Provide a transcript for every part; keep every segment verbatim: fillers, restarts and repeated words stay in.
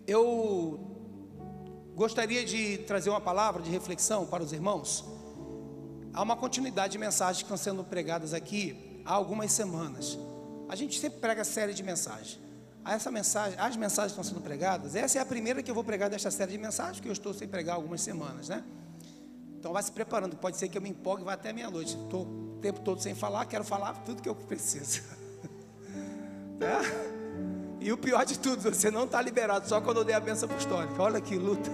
Eu gostaria de trazer uma palavra de reflexão para os irmãos. Há uma continuidade de mensagens que estão sendo pregadas aqui há algumas semanas. A gente sempre prega série de mensagens. Essa mensagem, as mensagens que estão sendo pregadas, essa é a primeira que eu vou pregar desta série de mensagens, que eu estou sem pregar há algumas semanas, né? Então vai se preparando, pode ser que eu me empolgue e vá até meia-noite. Estou o tempo todo sem falar, quero falar tudo que eu preciso. É? E o pior de tudo, você não está liberado só quando eu dei a bênção apostólica. Olha que luta.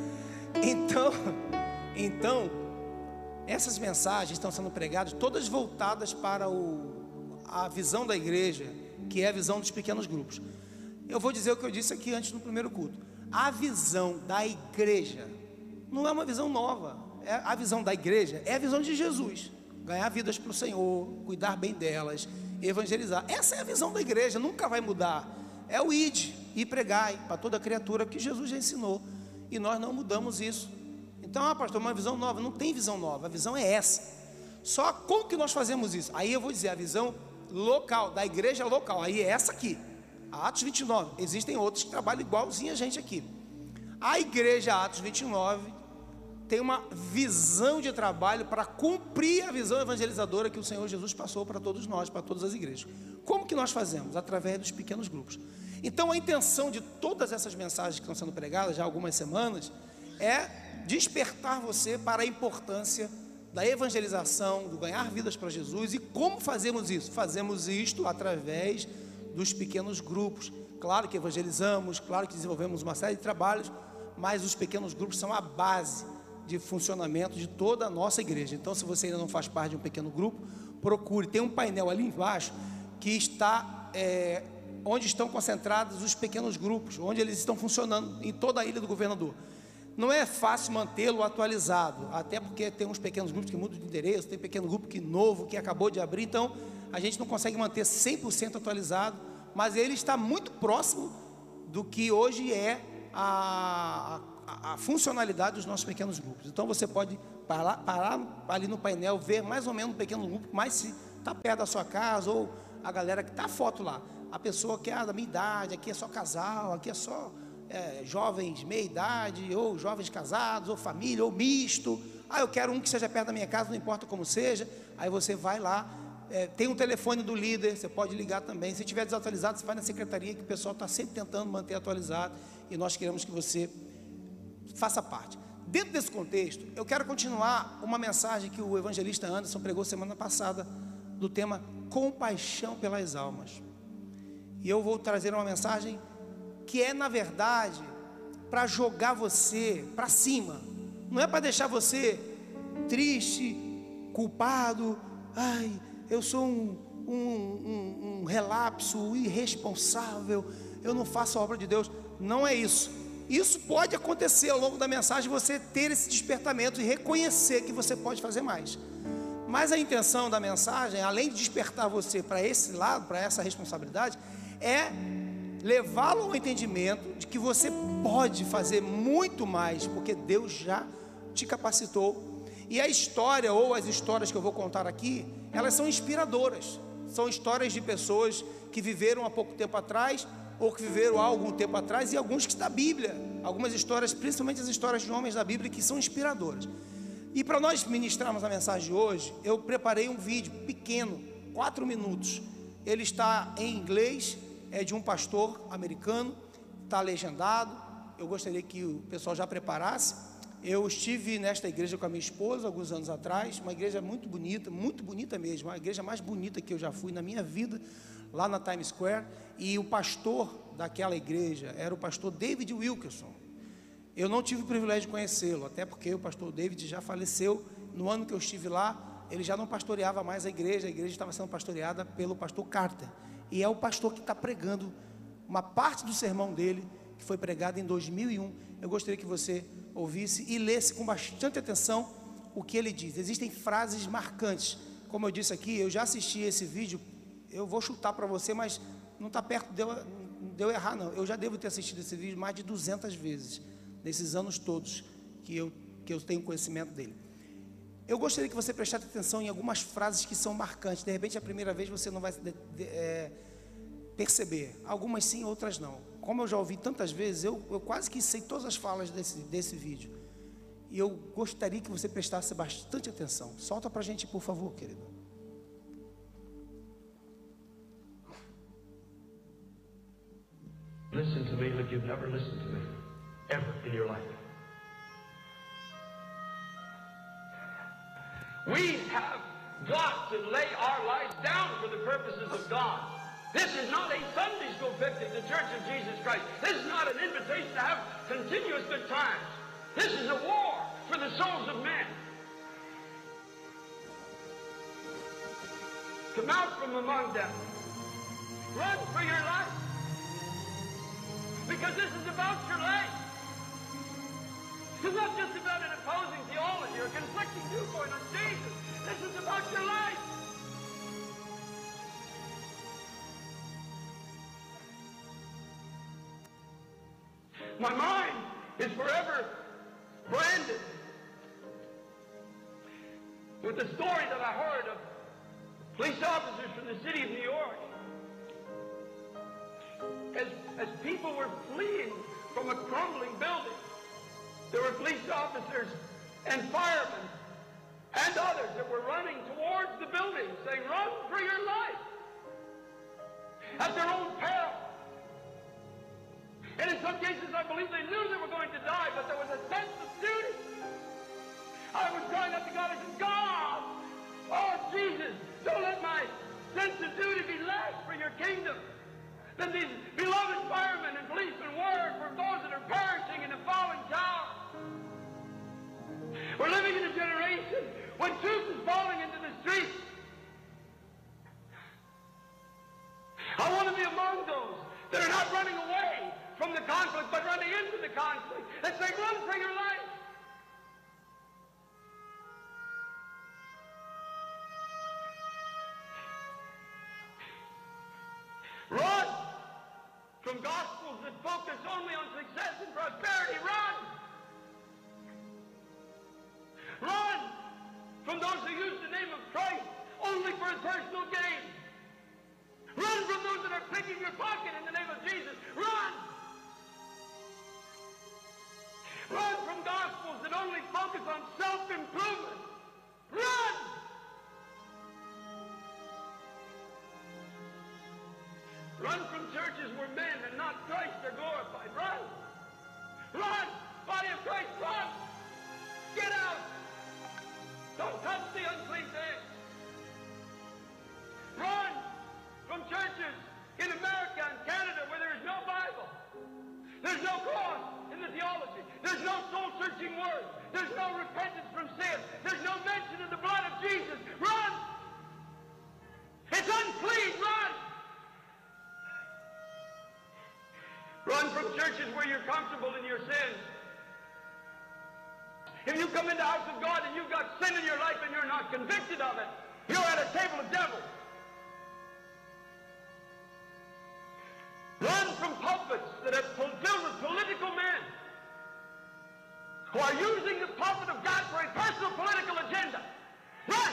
Então, então, essas mensagens estão sendo pregadas, todas voltadas para o, a visão da igreja, que é a visão dos pequenos grupos. Eu vou dizer o que eu disse aqui antes no primeiro culto. A visão da igreja não é uma visão nova. É, a visão da igreja é a visão de Jesus. Ganhar vidas para o Senhor, cuidar bem delas, evangelizar. Essa é a visão da igreja, nunca vai mudar. É o ide e pregai para toda criatura que Jesus já ensinou. E nós não mudamos isso. Então, ah, pastor, uma visão nova. Não tem visão nova, a visão é essa. Só como que nós fazemos isso? Aí eu vou dizer a visão local, da igreja local. Aí é essa aqui, Atos vinte e nove. Existem outros que trabalham igualzinho a gente aqui. A igreja Atos vinte e nove tem uma visão de trabalho para cumprir a visão evangelizadora que o Senhor Jesus passou para todos nós, para todas as igrejas. Como que nós fazemos? Através dos pequenos grupos. Então a intenção de todas essas mensagens que estão sendo pregadas já há algumas semanas é despertar você para a importância da evangelização, do ganhar vidas para Jesus. E como fazemos isso? Fazemos isto através dos pequenos grupos. Claro que evangelizamos, claro que desenvolvemos uma série de trabalhos, mas os pequenos grupos são a base de funcionamento de toda a nossa igreja. Então, se você ainda não faz parte de um pequeno grupo, procure. Tem um painel ali embaixo que está é, onde estão concentrados os pequenos grupos, onde eles estão funcionando em toda a Ilha do Governador. Não é fácil mantê-lo atualizado, até porque tem uns pequenos grupos que mudam de endereço, tem pequeno grupo que novo, que acabou de abrir, então a gente não consegue manter cem por cento atualizado, mas ele está muito próximo do que hoje é a, a, a funcionalidade dos nossos pequenos grupos. Então você pode parar, parar ali no painel, ver mais ou menos um pequeno grupo, mas se está perto da sua casa, ou a galera que está a foto lá, a pessoa que é da minha idade, aqui é só casal, aqui é só é, jovens meia idade, ou jovens casados, ou família, ou misto. Ah, eu quero um que seja perto da minha casa, não importa como seja. Aí você vai lá, é, tem um telefone do líder, você pode ligar também. Se estiver desatualizado, você vai na secretaria, que o pessoal está sempre tentando manter atualizado, e nós queremos que você faça parte. Dentro desse contexto, eu quero continuar uma mensagem que o evangelista Anderson pregou semana passada, do tema compaixão pelas almas. E eu vou trazer uma mensagem que é, na verdade, para jogar você para cima. Não é para deixar você triste, culpado. Ai, eu sou um, um, um, um relapso, irresponsável, eu não faço a obra de Deus. Não é isso. Isso pode acontecer ao longo da mensagem, você ter esse despertamento e reconhecer que você pode fazer mais. Mas a intenção da mensagem, além de despertar você para esse lado, para essa responsabilidade, é levá-lo ao entendimento de que você pode fazer muito mais, porque Deus já te capacitou. E a história, ou as histórias que eu vou contar aqui, elas são inspiradoras. São histórias de pessoas que viveram há pouco tempo atrás, ou que viveram há algum tempo atrás, e alguns que estão na Bíblia. Algumas histórias, principalmente as histórias de homens da Bíblia, que são inspiradoras. E para nós ministrarmos a mensagem de hoje, eu preparei um vídeo pequeno, quatro minutos. Ele está em inglês, é de um pastor americano, está legendado. Eu gostaria que o pessoal já preparasse. Eu estive nesta igreja com a minha esposa alguns anos atrás, uma igreja muito bonita, muito bonita mesmo, a igreja mais bonita que eu já fui na minha vida, lá na Times Square. E o pastor daquela igreja era o pastor David Wilkerson. Eu não tive o privilégio de conhecê-lo, até porque o pastor David já faleceu. No ano que eu estive lá, ele já não pastoreava mais a igreja, a igreja estava sendo pastoreada pelo pastor Carter. E é o pastor que está pregando uma parte do sermão dele, que foi pregado em dois mil e um. Eu gostaria que você ouvisse e lesse com bastante atenção o que ele diz. Existem frases marcantes. Como eu disse aqui, eu já assisti esse vídeo, eu vou chutar para você, mas não está perto de eu, de eu errar não. Eu já devo ter assistido esse vídeo mais de duzentas vezes, nesses anos todos que eu, que eu tenho conhecimento dele. Eu gostaria que você prestasse atenção em algumas frases que são marcantes. De repente, a primeira vez você não vai de, de, é, perceber. Algumas sim, outras não. como eu já ouvi tantas vezes, eu, eu quase que sei todas as falas desse, desse vídeo. E eu gostaria que você prestasse bastante atenção. Solta pra gente, por favor, querido. Listen to me like you've never listened to me, ever in your life. We have got to lay our lives down for the purposes of God. This is not a Sunday school picnic, the Church of Jesus Christ. This is not an invitation to have continuous good times. This is a war for the souls of men. Come out from among them. Run for your life. Because this is about your life. It's not just about an opposing theology or conflicting viewpoint on Jesus. This is about your life. My mind is forever branded with the story that I heard of police officers from the city of New York. As, as people were fleeing from a crumbling building, there were police officers and firemen and others that were running towards the building saying, run for your life, at their own peril. And in some cases, I believe they knew they were going to die, but there was a sense of duty. I was crying out to God, I said, God, oh Jesus, don't let my sense of duty be less for your kingdom than these beloved firemen and policemen were for those that are perishing in the falling tower. We're living in a generation when truth is falling into the streets. I want to be among those that are not running away from the conflict, but running into the conflict. And say, run for your life. Run from gospels that focus only on success and prosperity. Run! Run from those who use the name of Christ only for his personal gain. Run from those that are picking your pocket in the name of Jesus. Run! Run from gospels that only focus on self-improvement. Run! Run from churches where men and not Christ are glorified. Run! Run! Body of Christ, run! Get out! Don't touch the unclean thing. Run from churches in America and Canada where there is no Bible. There's no cross in the theology. There's no soul-searching word. There's no repentance from sin. There's no mention of the blood of Jesus. Run! It's unclean. Run! Run from churches where you're comfortable in your sins. If you come into the house of God and you've got sin in your life and you're not convicted of it, you're at a table of devils. Run from pulpits that are filled with political men who are using the pulpit of God for a personal political agenda. Run!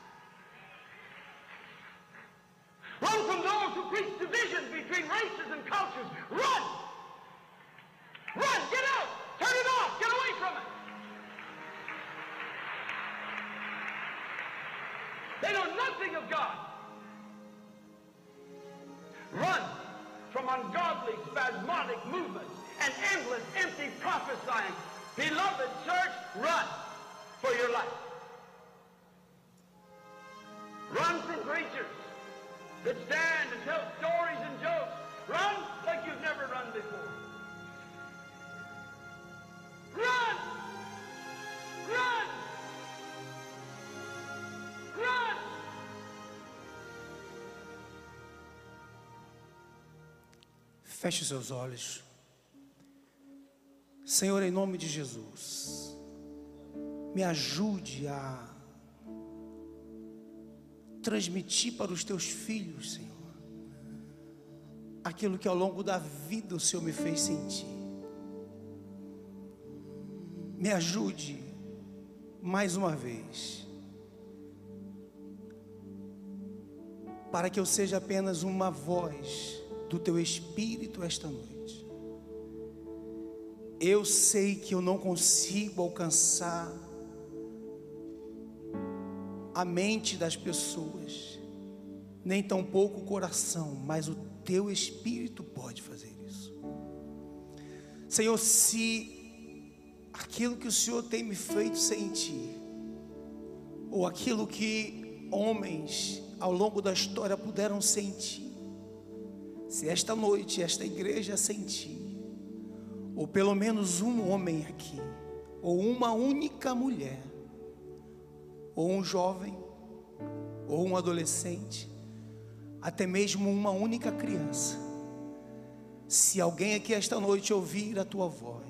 Run from those who preach division between races and cultures. Run! Run! Get out! Turn it off! Get away from it! They know nothing of God. Run from ungodly, spasmodic movements and endless, empty prophesying. Beloved church, run for your life. Run from preachers that stand and tell stories and jokes. Run like you've never run before. Run! Run! Run! Feche seus olhos. Senhor, em nome de Jesus, me ajude a transmitir para os teus filhos, Senhor, aquilo que ao longo da vida o Senhor me fez sentir. Me ajude mais uma vez, para que eu seja apenas uma voz do teu Espírito esta noite. eu sei que eu não consigo alcançar a mente das pessoas, nem tampouco o coração, mas o teu Espírito pode fazer isso. Senhor, se aquilo que o Senhor tem me feito sentir, ou aquilo que homens ao longo da história puderam sentir, se esta noite esta igreja sentir, ou pelo menos um homem aqui, ou uma única mulher, ou um jovem, ou um adolescente, até mesmo uma única criança, se alguém aqui esta noite ouvir a tua voz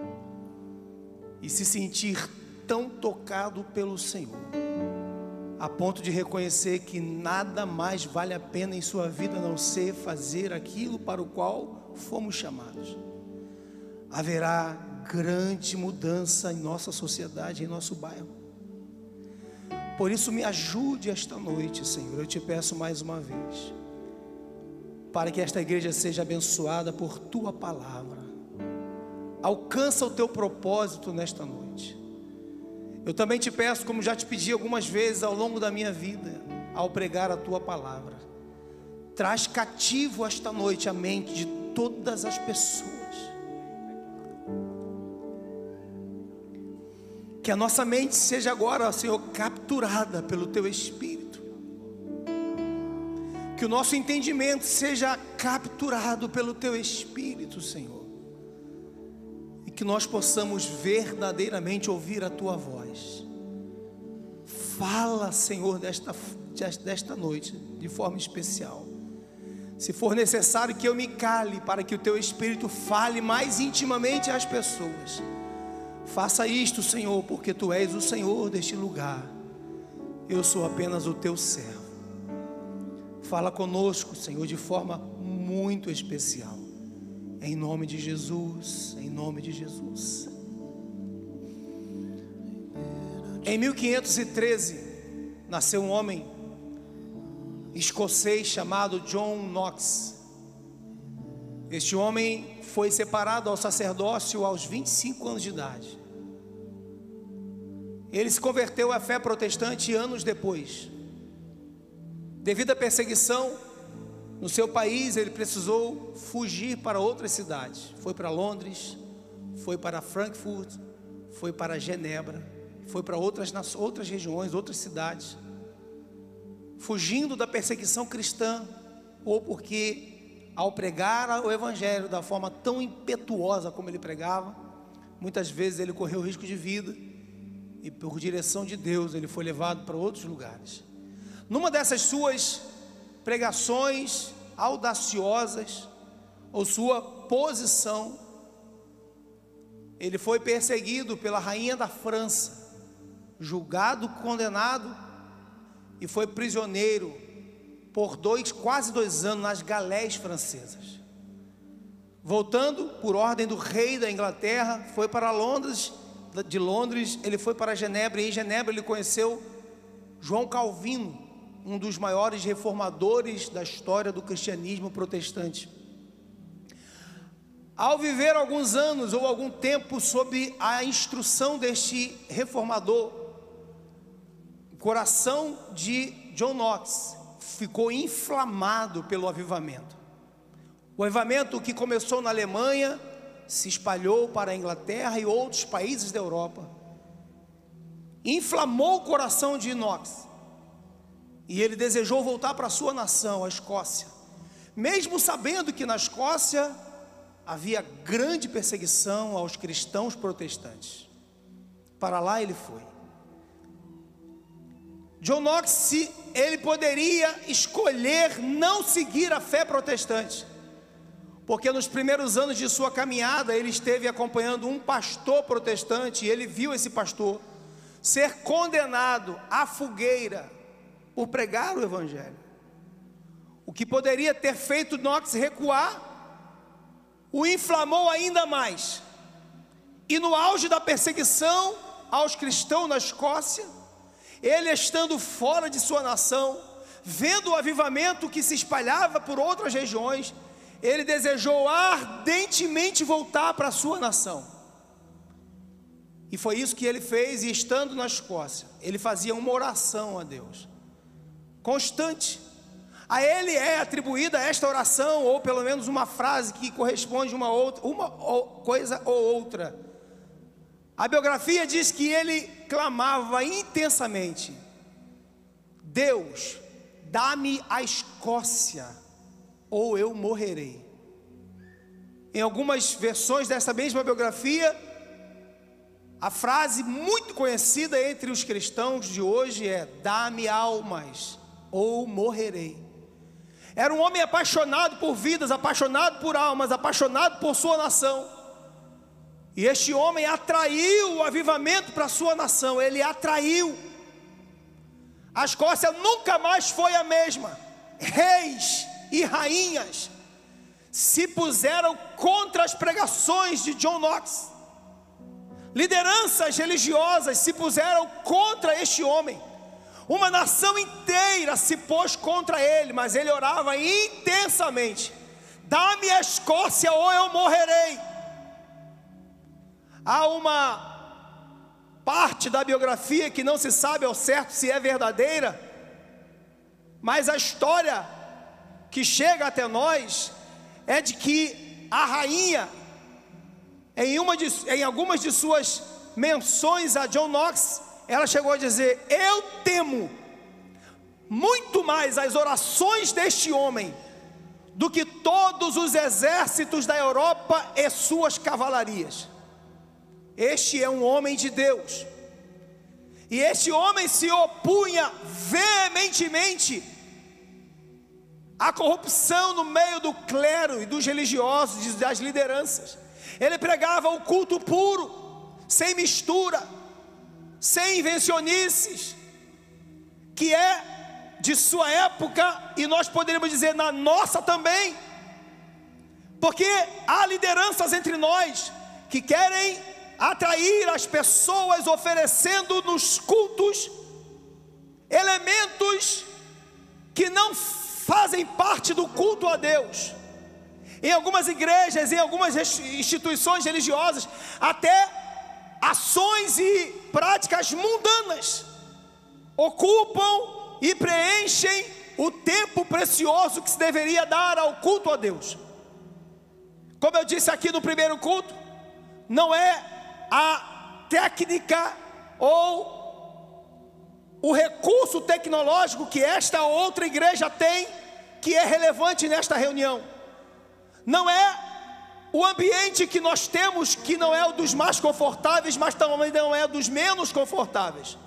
e se sentir tão tocado pelo Senhor, a ponto de reconhecer que nada mais vale a pena em sua vida a não ser fazer aquilo para o qual fomos chamados, haverá grande mudança em nossa sociedade, em nosso bairro. Por isso me ajude esta noite, Senhor, eu te peço mais uma vez, para que esta igreja seja abençoada por tua palavra. Alcança o teu propósito nesta noite. Eu também te peço, como já te pedi algumas vezes ao longo da minha vida, ao pregar a tua palavra, traz cativo esta noite a mente de todas as pessoas, que a nossa mente seja agora, Senhor, capturada pelo teu Espírito, que o nosso entendimento seja capturado pelo teu Espírito, Senhor, e que nós possamos verdadeiramente ouvir a tua voz. Fala, Senhor, desta, desta noite de forma especial. Se for necessário que eu me cale para que o teu Espírito fale mais intimamente às pessoas, faça isto, Senhor, porque tu és o Senhor deste lugar, eu sou apenas o teu servo. Fala conosco, Senhor, de forma muito especial, em nome de Jesus, em nome de Jesus. Em mil quinhentos e treze, nasceu um homem escocês chamado John Knox. Este homem foi separado ao sacerdócio aos vinte e cinco anos de idade. Ele se converteu à fé protestante anos depois. Devido à perseguição no seu país, ele precisou fugir para outras cidades. Foi para Londres, foi para Frankfurt, foi para Genebra, foi para outras, outras regiões, outras cidades, fugindo da perseguição cristã, ou porque ao pregar o evangelho da forma tão impetuosa como ele pregava, muitas vezes ele correu risco de vida, e por direção de Deus ele foi levado para outros lugares. Numa dessas suas pregações audaciosas, ou sua posição, ele foi perseguido pela rainha da França, julgado, condenado, e foi prisioneiro por dois, quase dois anos nas galés francesas. Voltando por ordem do rei da Inglaterra, foi para Londres. De Londres ele foi para Genebra, e em Genebra ele conheceu João Calvino, um dos maiores reformadores da história do cristianismo protestante. Ao viver alguns anos ou algum tempo sob a instrução deste reformador, o coração de John Knox ficou inflamado pelo avivamento. O avivamento que começou na Alemanha se espalhou para a Inglaterra e outros países da Europa. Inflamou o coração de Knox, e ele desejou voltar para a sua nação, a Escócia, mesmo sabendo que na Escócia havia grande perseguição aos cristãos protestantes. Para lá ele foi. John Knox, se ele poderia escolher não seguir a fé protestante, porque nos primeiros anos de sua caminhada ele esteve acompanhando um pastor protestante, e ele viu esse pastor ser condenado à fogueira por pregar o evangelho. O que poderia ter feito Knox recuar, o inflamou ainda mais. E no auge da perseguição aos cristãos na Escócia, ele estando fora de sua nação, vendo o avivamento que se espalhava por outras regiões, ele desejou ardentemente voltar para a sua nação. E foi isso que ele fez, e estando na Escócia, ele fazia uma oração a Deus, constante. A ele é atribuída esta oração, ou pelo menos uma frase que corresponde a uma outra, uma coisa ou outra. A biografia diz que ele clamava intensamente: Deus, dá-me a Escócia, ou eu morrerei. Em algumas versões dessa mesma biografia, a frase muito conhecida entre os cristãos de hoje é: dá-me almas, ou morrerei. Era um homem apaixonado por vidas, apaixonado por almas, apaixonado por sua nação. E este homem atraiu o avivamento para a sua nação, ele atraiu. A Escócia nunca mais foi a mesma. Reis e rainhas se puseram contra as pregações de John Knox. Lideranças religiosas se puseram contra este homem. Uma nação inteira se pôs contra ele, mas ele orava intensamente: dá-me a Escócia ou eu morrerei. Há uma parte da biografia que não se sabe ao certo se é verdadeira, mas a história que chega até nós é de que a rainha, em, uma de, em algumas de suas menções a John Knox, ela chegou a dizer: eu temo muito mais as orações deste homem do que todos os exércitos da Europa e suas cavalarias. Este é um homem de Deus, e este homem se opunha veementemente à corrupção no meio do clero e dos religiosos e das lideranças. Ele pregava o culto puro, sem mistura, sem invencionices, que é de sua época, e nós poderíamos dizer na nossa também, porque há lideranças entre nós que querem atrair as pessoas, oferecendo nos cultos elementos que não fazem parte do culto a Deus. Em algumas igrejas, em algumas instituições religiosas, até ações e práticas mundanas ocupam e preenchem o tempo precioso que se deveria dar ao culto a Deus. Como eu disse aqui no primeiro culto, não é a técnica ou o recurso tecnológico que esta outra igreja tem que é relevante nesta reunião. Não é o ambiente que nós temos, que não é o dos mais confortáveis, mas também não é dos menos confortáveis.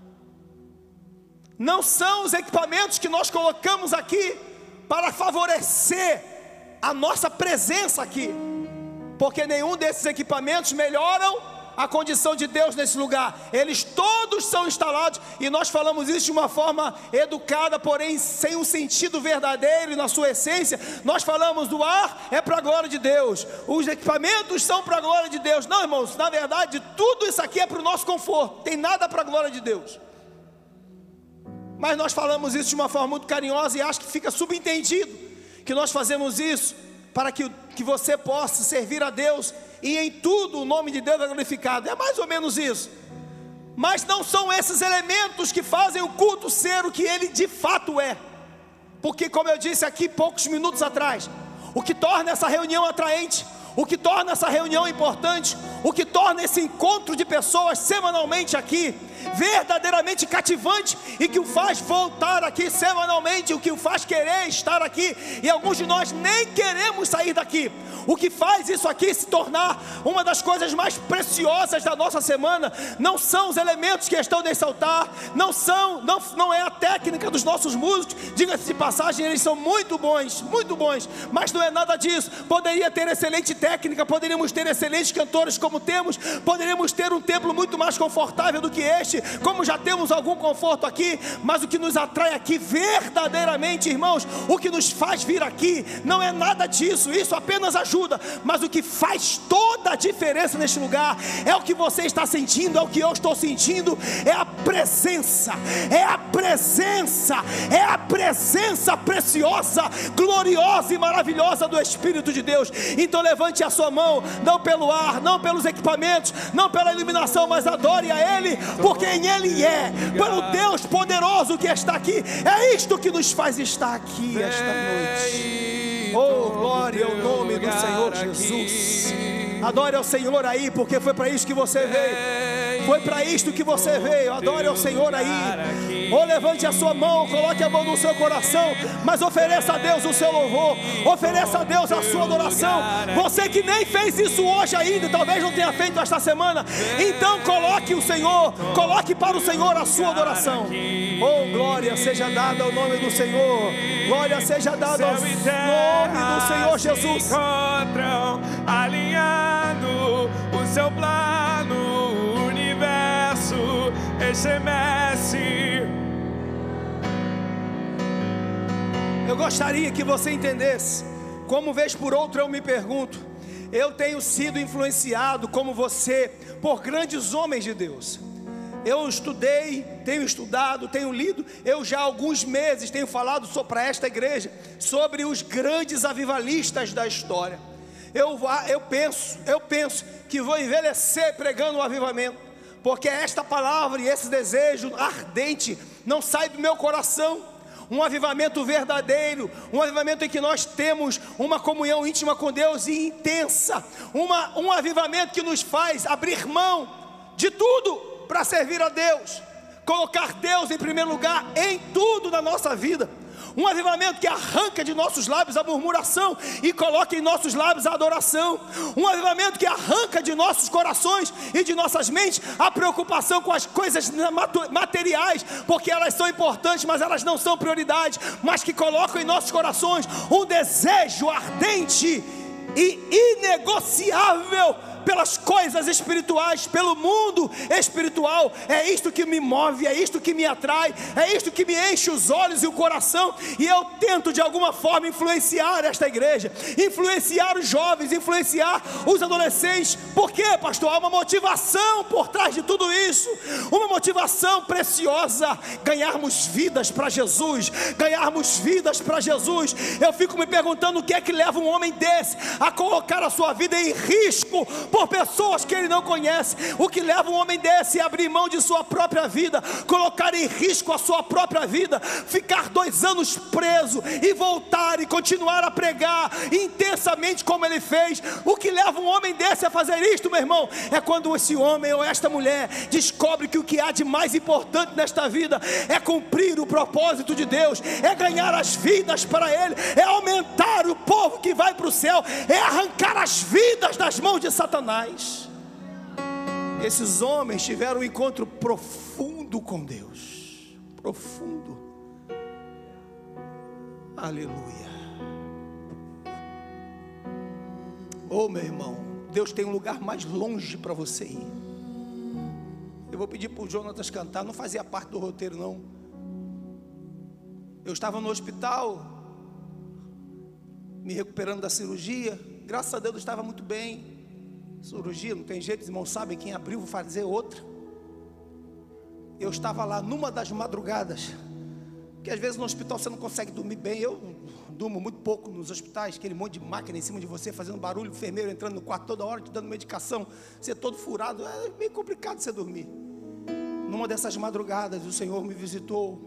Não são os equipamentos que nós colocamos aqui para favorecer a nossa presença aqui, porque nenhum desses equipamentos melhoram a condição de Deus nesse lugar. Eles todos são instalados, e nós falamos isso de uma forma educada, porém sem um sentido verdadeiro e na sua essência. Nós falamos do ar é para a glória de Deus, os equipamentos são para a glória de Deus. Não, irmãos, na verdade tudo isso aqui é para o nosso conforto, tem nada para a glória de Deus. Mas nós falamos isso de uma forma muito carinhosa, e acho que fica subentendido que nós fazemos isso para que, que você possa servir a Deus, e em tudo o nome de Deus é glorificado. É mais ou menos isso. Mas não são esses elementos que fazem o culto ser o que ele de fato é. Porque, como eu disse aqui poucos minutos atrás, o que torna essa reunião atraente, o que torna essa reunião importante, o que torna esse encontro de pessoas semanalmente aqui verdadeiramente cativante, e que o faz voltar aqui semanalmente, o que o faz querer estar aqui, e alguns de nós nem queremos sair daqui. O que faz isso aqui se tornar uma das coisas mais preciosas da nossa semana não são os elementos que estão nesse altar, não são, não, não é a técnica dos nossos músicos. Diga-se de passagem, eles são muito bons, muito bons, mas não é nada disso. Poderia ter excelente técnica, poderíamos ter excelentes cantores como temos, poderíamos ter um templo muito mais confortável do que este, como já temos algum conforto aqui, mas o que nos atrai aqui verdadeiramente, irmãos, o que nos faz vir aqui não é nada disso. Isso apenas ajuda, mas o que faz toda a diferença neste lugar é o que você está sentindo, é o que eu estou sentindo, é a presença, é a presença, é a presença preciosa, gloriosa e maravilhosa do Espírito de Deus. Então levante a sua mão, não pelo ar, não pelo pelos equipamentos, não pela iluminação, mas adore a Ele, porque em Ele é, pelo Deus poderoso que está aqui. É isto que nos faz estar aqui esta noite. Oh, glória ao nome do Senhor Jesus. Adore ao Senhor aí, porque foi para isso que você veio. Foi para isto que você veio. Adore ao Senhor aí. Ou levante a sua mão, coloque a mão no seu coração, mas ofereça a Deus o seu louvor, ofereça a Deus a sua adoração. Você que nem fez isso hoje ainda, talvez não tenha feito esta semana, então coloque o Senhor, coloque para o Senhor a sua adoração. Oh, glória seja dada ao nome do Senhor, glória seja dada ao nome do Senhor Jesus. Encontram alinhando o seu plano, o universo estremece. Eu gostaria que você entendesse, como vez por outra eu me pergunto, eu tenho sido influenciado como você por grandes homens de Deus. Eu estudei, tenho estudado, tenho lido, eu já há alguns meses tenho falado para esta igreja sobre os grandes avivalistas da história. Eu, eu penso, eu penso que vou envelhecer pregando o avivamento, porque esta palavra e esse desejo ardente não sai do meu coração. Um avivamento verdadeiro, um avivamento em que nós temos uma comunhão íntima com Deus e intensa, uma, um avivamento que nos faz abrir mão de tudo para servir a Deus, colocar Deus em primeiro lugar em tudo na nossa vida. Um avivamento que arranca de nossos lábios a murmuração e coloca em nossos lábios a adoração. Um avivamento que arranca de nossos corações e de nossas mentes a preocupação com as coisas materiais, porque elas são importantes, mas elas não são prioridade, mas que colocam em nossos corações um desejo ardente e inegociável pelas coisas espirituais, pelo mundo espiritual. É isto que me move, é isto que me atrai, é isto que me enche os olhos e o coração. E eu tento de alguma forma influenciar esta igreja, influenciar os jovens, influenciar os adolescentes. Por quê, pastor? Há uma motivação por trás de tudo isso, uma motivação preciosa: ganharmos vidas para Jesus, ganharmos vidas para Jesus. Eu fico me perguntando o que é que leva um homem desse a colocar a sua vida em risco por pessoas que ele não conhece. O que leva um homem desse a abrir mão de sua própria vida, colocar em risco a sua própria vida, ficar dois anos preso e voltar e continuar a pregar intensamente como ele fez? O que leva um homem desse a fazer isto, meu irmão, é quando esse homem ou esta mulher descobre que o que há de mais importante nesta vida é cumprir o propósito de Deus, é ganhar as vidas para Ele, é aumentar o povo que vai para o céu, é arrancar as vidas das mãos de Satanás. Esses homens tiveram um encontro profundo com Deus, profundo. Aleluia. Oh, meu irmão, Deus tem um lugar mais longe para você ir. Eu vou pedir para o Jonatas cantar, não fazia parte do roteiro não. Eu estava no hospital, me recuperando da cirurgia. Graças a Deus eu estava muito bem. Cirurgia, não tem jeito, os irmãos sabem, quem abriu, vou fazer outra. Eu estava lá numa das madrugadas, que às vezes no hospital você não consegue dormir bem. Eu durmo muito pouco nos hospitais, aquele monte de máquina em cima de você, fazendo barulho, enfermeiro entrando no quarto toda hora, te dando medicação, você todo furado, é meio complicado você dormir. Numa dessas madrugadas, o Senhor me visitou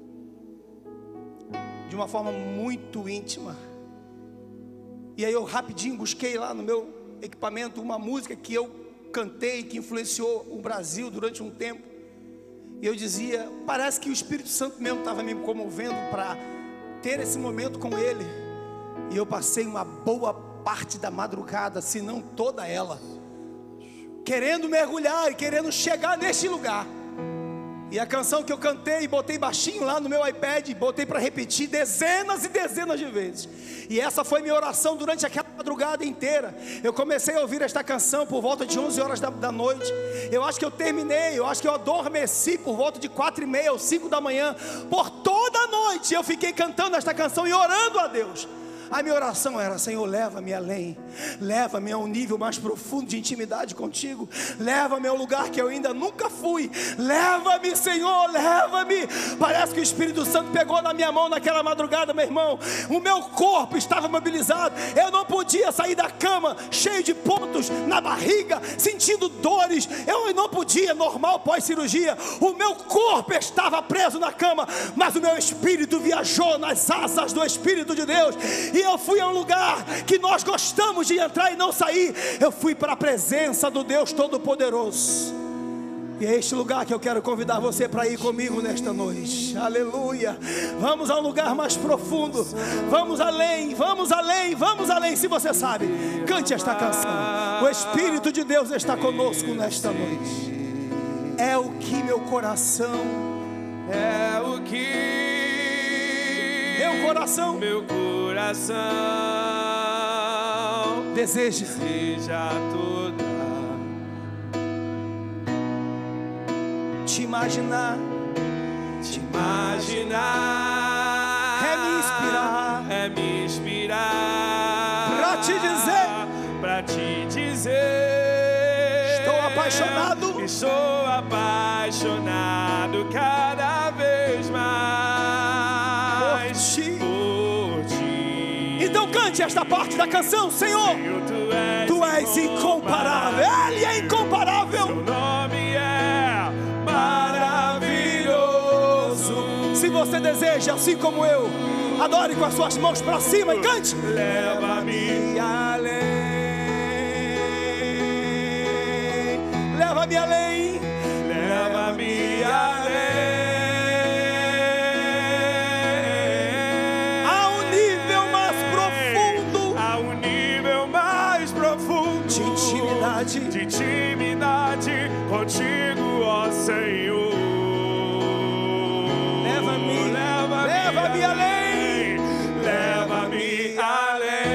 de uma forma muito íntima. E aí eu rapidinho busquei lá no meu equipamento uma música que eu cantei, que influenciou o Brasil durante um tempo. E eu dizia, parece que o Espírito Santo mesmo estava me comovendo para ter esse momento com Ele. E eu passei uma boa parte da madrugada, se não toda ela, querendo mergulhar e querendo chegar neste lugar. E a canção que eu cantei, botei baixinho lá no meu iPad, botei para repetir dezenas e dezenas de vezes. E essa foi minha oração durante aquela madrugada inteira. Eu comecei a ouvir esta canção por volta de onze horas da, da noite. Eu acho que eu terminei, eu acho que eu adormeci por volta de quatro e meia ou cinco da manhã. Por toda a noite eu fiquei cantando esta canção e orando a Deus. A minha oração era: Senhor, leva-me além, leva-me a um nível mais profundo de intimidade contigo, leva-me a um lugar que eu ainda nunca fui, leva-me, Senhor, leva-me. Parece que o Espírito Santo pegou na minha mão naquela madrugada, meu irmão. O meu corpo estava mobilizado, eu não podia sair da cama cheio de pontos na barriga, sentindo dores, eu não podia, normal pós-cirurgia, o meu corpo estava preso na cama, mas o meu espírito viajou nas asas do Espírito de Deus, e eu fui a um lugar que nós gostamos de entrar e não sair. Eu fui para a presença do Deus Todo-Poderoso, e é este lugar que eu quero convidar você para ir comigo nesta noite. Aleluia. Vamos a um lugar mais profundo, vamos além, vamos além, vamos além. Se você sabe, cante esta canção. O Espírito de Deus está conosco nesta noite. É o que meu coração, é o que meu coração, meu coração deseja, deseja toda te imaginar, te imaginar, é me inspirar, é me inspirar para te dizer, para te dizer, estou apaixonado, estou apaixonado cada vez mais por ti. Por ti. Então cante esta parte da canção: Senhor, tu és, tu és incomparável, Ele é incomparável. Seu nome é maravilhoso. Se você deseja, assim como eu, adore com as suas mãos para cima e cante: leva-me além, leva-me além, leva-me além, a um nível mais profundo, a um nível mais profundo de intimidade, de intimidade contigo, ó Senhor. Leva-me, leva-me, leva-me além, leva-me além,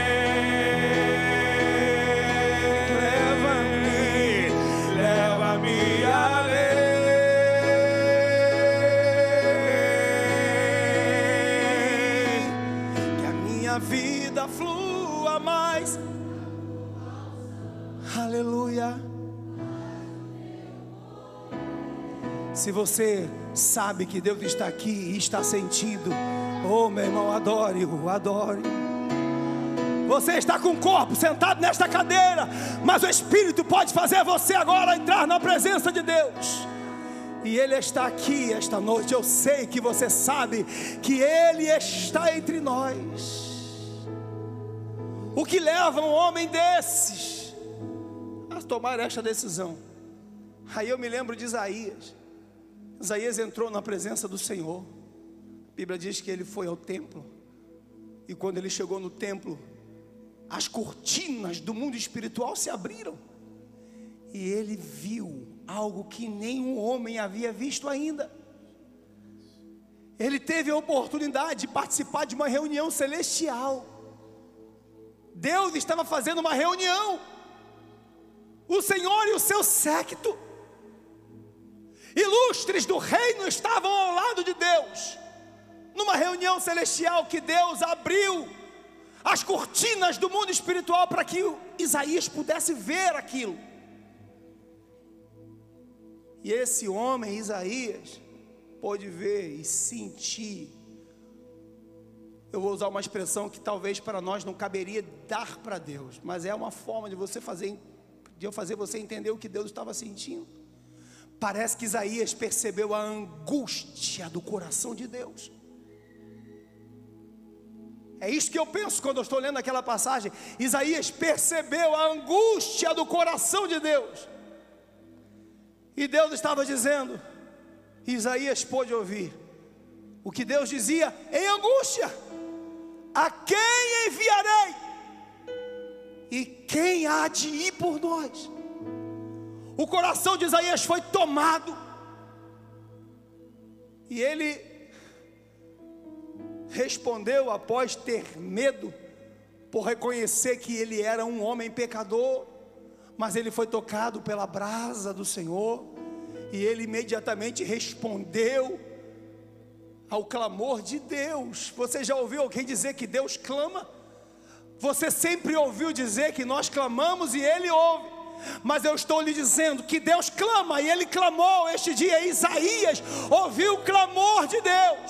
leva-me, leva-me além. que a minha vida flua mais. Aleluia. Se você sabe que Deus está aqui e está sentindo, oh meu irmão, adore-o, adore. Você está com o corpo sentado nesta cadeira, mas o Espírito pode fazer você agora entrar na presença de Deus. E Ele está aqui esta noite. Eu sei que você sabe que Ele está entre nós. O que leva um homem desses a tomar esta decisão? Aí eu me lembro de Isaías. Isaías entrou na presença do Senhor. A Bíblia diz que ele foi ao templo, e quando ele chegou no templo, as cortinas do mundo espiritual se abriram, e ele viu algo que nenhum homem havia visto ainda. Ele teve a oportunidade de participar de uma reunião celestial. Deus estava fazendo uma reunião, o Senhor e o seu séquito ilustres do reino estavam ao lado de Deus, numa reunião celestial que Deus abriu as cortinas do mundo espiritual para que Isaías pudesse ver aquilo. E esse homem, Isaías, pôde ver e sentir. Eu vou usar uma expressão que talvez para nós não caberia dar para Deus, mas é uma forma de você fazer, de eu fazer você entender o que Deus estava sentindo. Parece que Isaías percebeu a angústia do coração de Deus. É isso que eu penso quando eu estou lendo aquela passagem. Isaías percebeu a angústia do coração de Deus. E Deus estava dizendo, Isaías pôde ouvir o que Deus dizia em angústia: a quem enviarei? E quem há de ir por nós? O coração de Isaías foi tomado, e ele respondeu após ter medo, por reconhecer que ele era um homem pecador, mas ele foi tocado pela brasa do Senhor, e ele imediatamente respondeu ao clamor de Deus. Você já ouviu alguém dizer que Deus clama? Você sempre ouviu dizer que nós clamamos e Ele ouve. Mas eu estou lhe dizendo que Deus clama, e Ele clamou este dia. Isaías ouviu o clamor de Deus.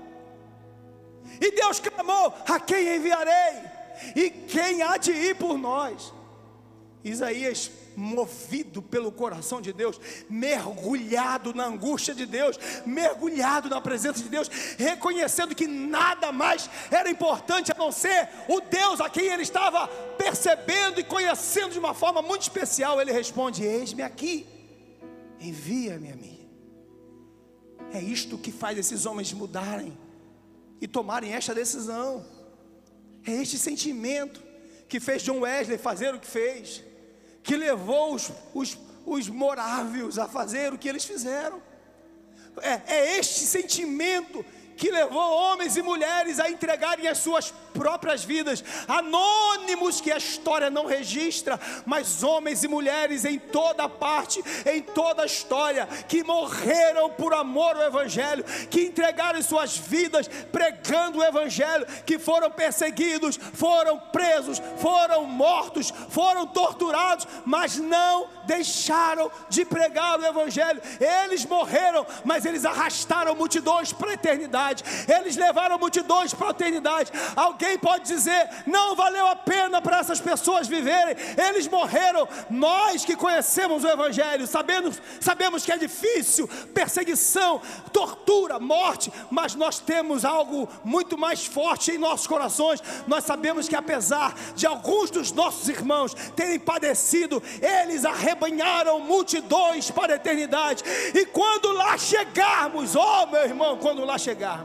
E Deus clamou: a quem enviarei? E quem há de ir por nós? Isaías, movido pelo coração de Deus, mergulhado na angústia de Deus, mergulhado na presença de Deus, reconhecendo que nada mais era importante a não ser o Deus a quem ele estava percebendo e conhecendo de uma forma muito especial, ele responde: eis-me aqui, envia-me a mim. É isto que faz esses homens mudarem e tomarem esta decisão. É este sentimento que fez John Wesley fazer o que fez, que levou os, os, os morávios a fazer o que eles fizeram. É, é este sentimento que levou homens e mulheres a entregarem as suas próprias vidas, anônimos que a história não registra, mas homens e mulheres em toda parte, em toda a história, que morreram por amor ao Evangelho, que entregaram suas vidas pregando o Evangelho, que foram perseguidos, foram presos, foram mortos, foram torturados, mas não deixaram de pregar o Evangelho. Eles morreram, mas eles arrastaram multidões para a eternidade. Eles levaram multidões para a eternidade. Alguém pode dizer: não valeu a pena para essas pessoas viverem, eles morreram. Nós que conhecemos o Evangelho sabemos, sabemos que é difícil, perseguição, tortura, morte, mas nós temos algo muito mais forte em nossos corações. Nós sabemos que apesar de alguns dos nossos irmãos terem padecido, eles arrebanharam multidões para a eternidade. E quando lá chegarmos, oh meu irmão, quando lá chegarmos,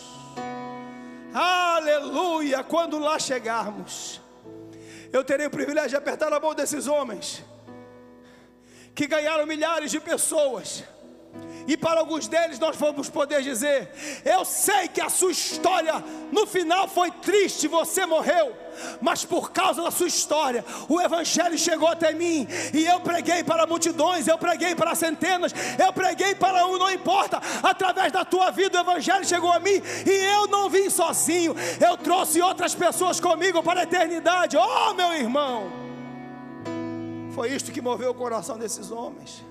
aleluia, quando lá chegarmos, eu terei o privilégio de apertar a mão desses homens que ganharam milhares de pessoas. E para alguns deles nós vamos poder dizer: eu sei que a sua história no final foi triste, você morreu, mas por causa da sua história o Evangelho chegou até mim, e eu preguei para multidões, eu preguei para centenas, eu preguei para um, não importa, através da tua vida o Evangelho chegou a mim, e eu não vim sozinho, eu trouxe outras pessoas comigo para a eternidade. Oh meu irmão, foi isto que moveu o coração desses homens.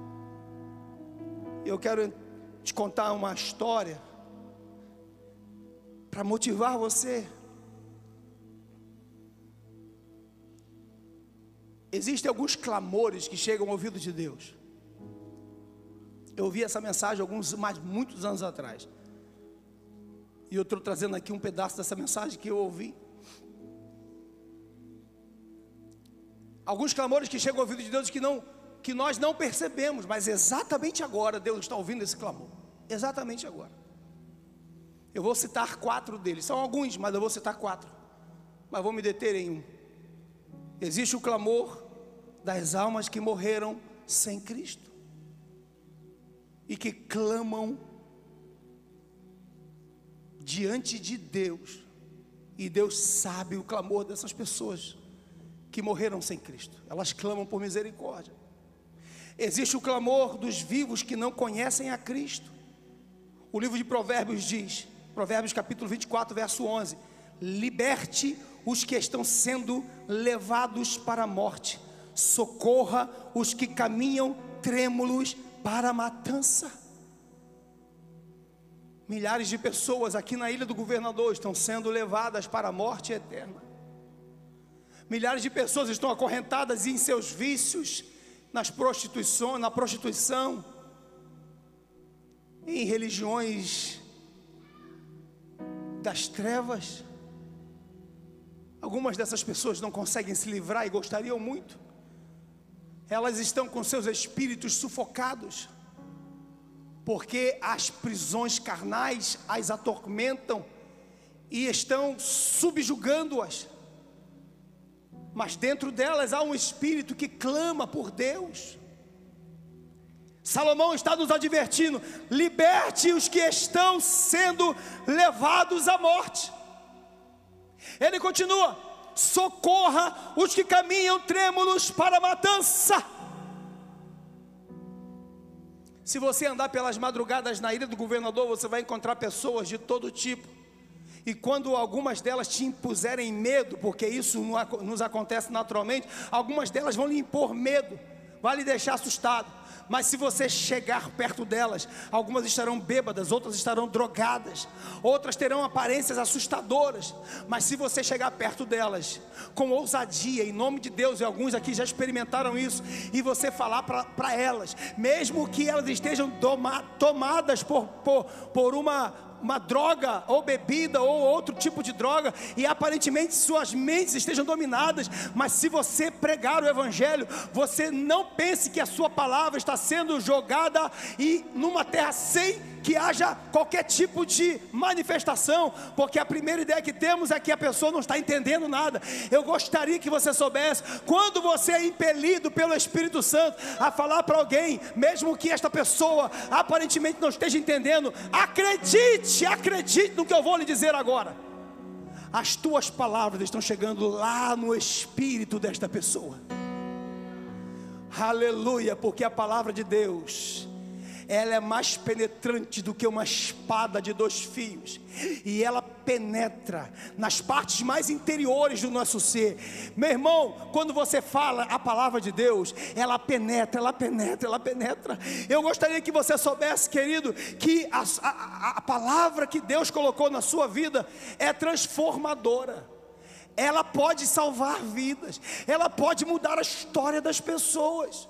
Eu quero te contar uma história para motivar você. Existem alguns clamores que chegam ao ouvido de Deus. Eu ouvi essa mensagem alguns, mais, muitos anos atrás, e eu estou trazendo aqui um pedaço dessa mensagem que eu ouvi. Alguns clamores que chegam ao ouvido de Deus que não... que nós não percebemos, mas exatamente agora Deus está ouvindo esse clamor, exatamente agora. Eu vou citar quatro deles, são alguns, mas eu vou citar quatro, mas vou me deter em um. Existe o clamor das almas que morreram sem Cristo, e que clamam diante de Deus, e Deus sabe o clamor dessas pessoas que morreram sem Cristo, elas clamam por misericórdia. Existe o clamor dos vivos que não conhecem a Cristo. O livro de Provérbios diz, Provérbios capítulo vinte e quatro, verso onze: liberte os que estão sendo levados para a morte, socorra os que caminham trêmulos para a matança. Milhares de pessoas aqui na Ilha do Governador estão sendo levadas para a morte eterna. Milhares de pessoas estão acorrentadas em seus vícios, nas prostituições, na prostituição, em religiões das trevas. Algumas dessas pessoas não conseguem se livrar e gostariam muito. Elas estão com seus espíritos sufocados, porque as prisões carnais as atormentam e estão subjugando-as. Mas dentro delas há um espírito que clama por Deus. Salomão está nos advertindo: liberte os que estão sendo levados à morte. Ele continua: socorra os que caminham trêmulos para a matança. Se você andar pelas madrugadas na ilha do governador, você vai encontrar pessoas de todo tipo. E quando algumas delas te impuserem medo, porque isso nos acontece naturalmente, algumas delas vão lhe impor medo, vai lhe deixar assustado. Mas se você chegar perto delas, algumas estarão bêbadas, outras estarão drogadas, outras terão aparências assustadoras. Mas se você chegar perto delas, com ousadia, em nome de Deus, e alguns aqui já experimentaram isso, e você falar para elas, mesmo que elas estejam toma, tomadas por, por, por uma... uma droga, ou bebida, ou outro tipo de droga, e aparentemente suas mentes estejam dominadas, mas se você pregar o Evangelho, você não pense que a sua palavra está sendo jogada e numa terra sem que haja qualquer tipo de manifestação, porque a primeira ideia que temos é que a pessoa não está entendendo nada. Eu gostaria que você soubesse, quando você é impelido pelo Espírito Santo a falar para alguém, mesmo que esta pessoa aparentemente não esteja entendendo, acredite, acredite no que eu vou lhe dizer agora. As tuas palavras estão chegando lá no espírito desta pessoa. Aleluia, porque a palavra de Deus, ela é mais penetrante do que uma espada de dois fios, e ela penetra nas partes mais interiores do nosso ser. Meu irmão, quando você fala a palavra de Deus, ela penetra, ela penetra, ela penetra. Eu gostaria que você soubesse, querido, que a, a, a palavra que Deus colocou na sua vida é transformadora. Ela pode salvar vidas, ela pode mudar a história das pessoas.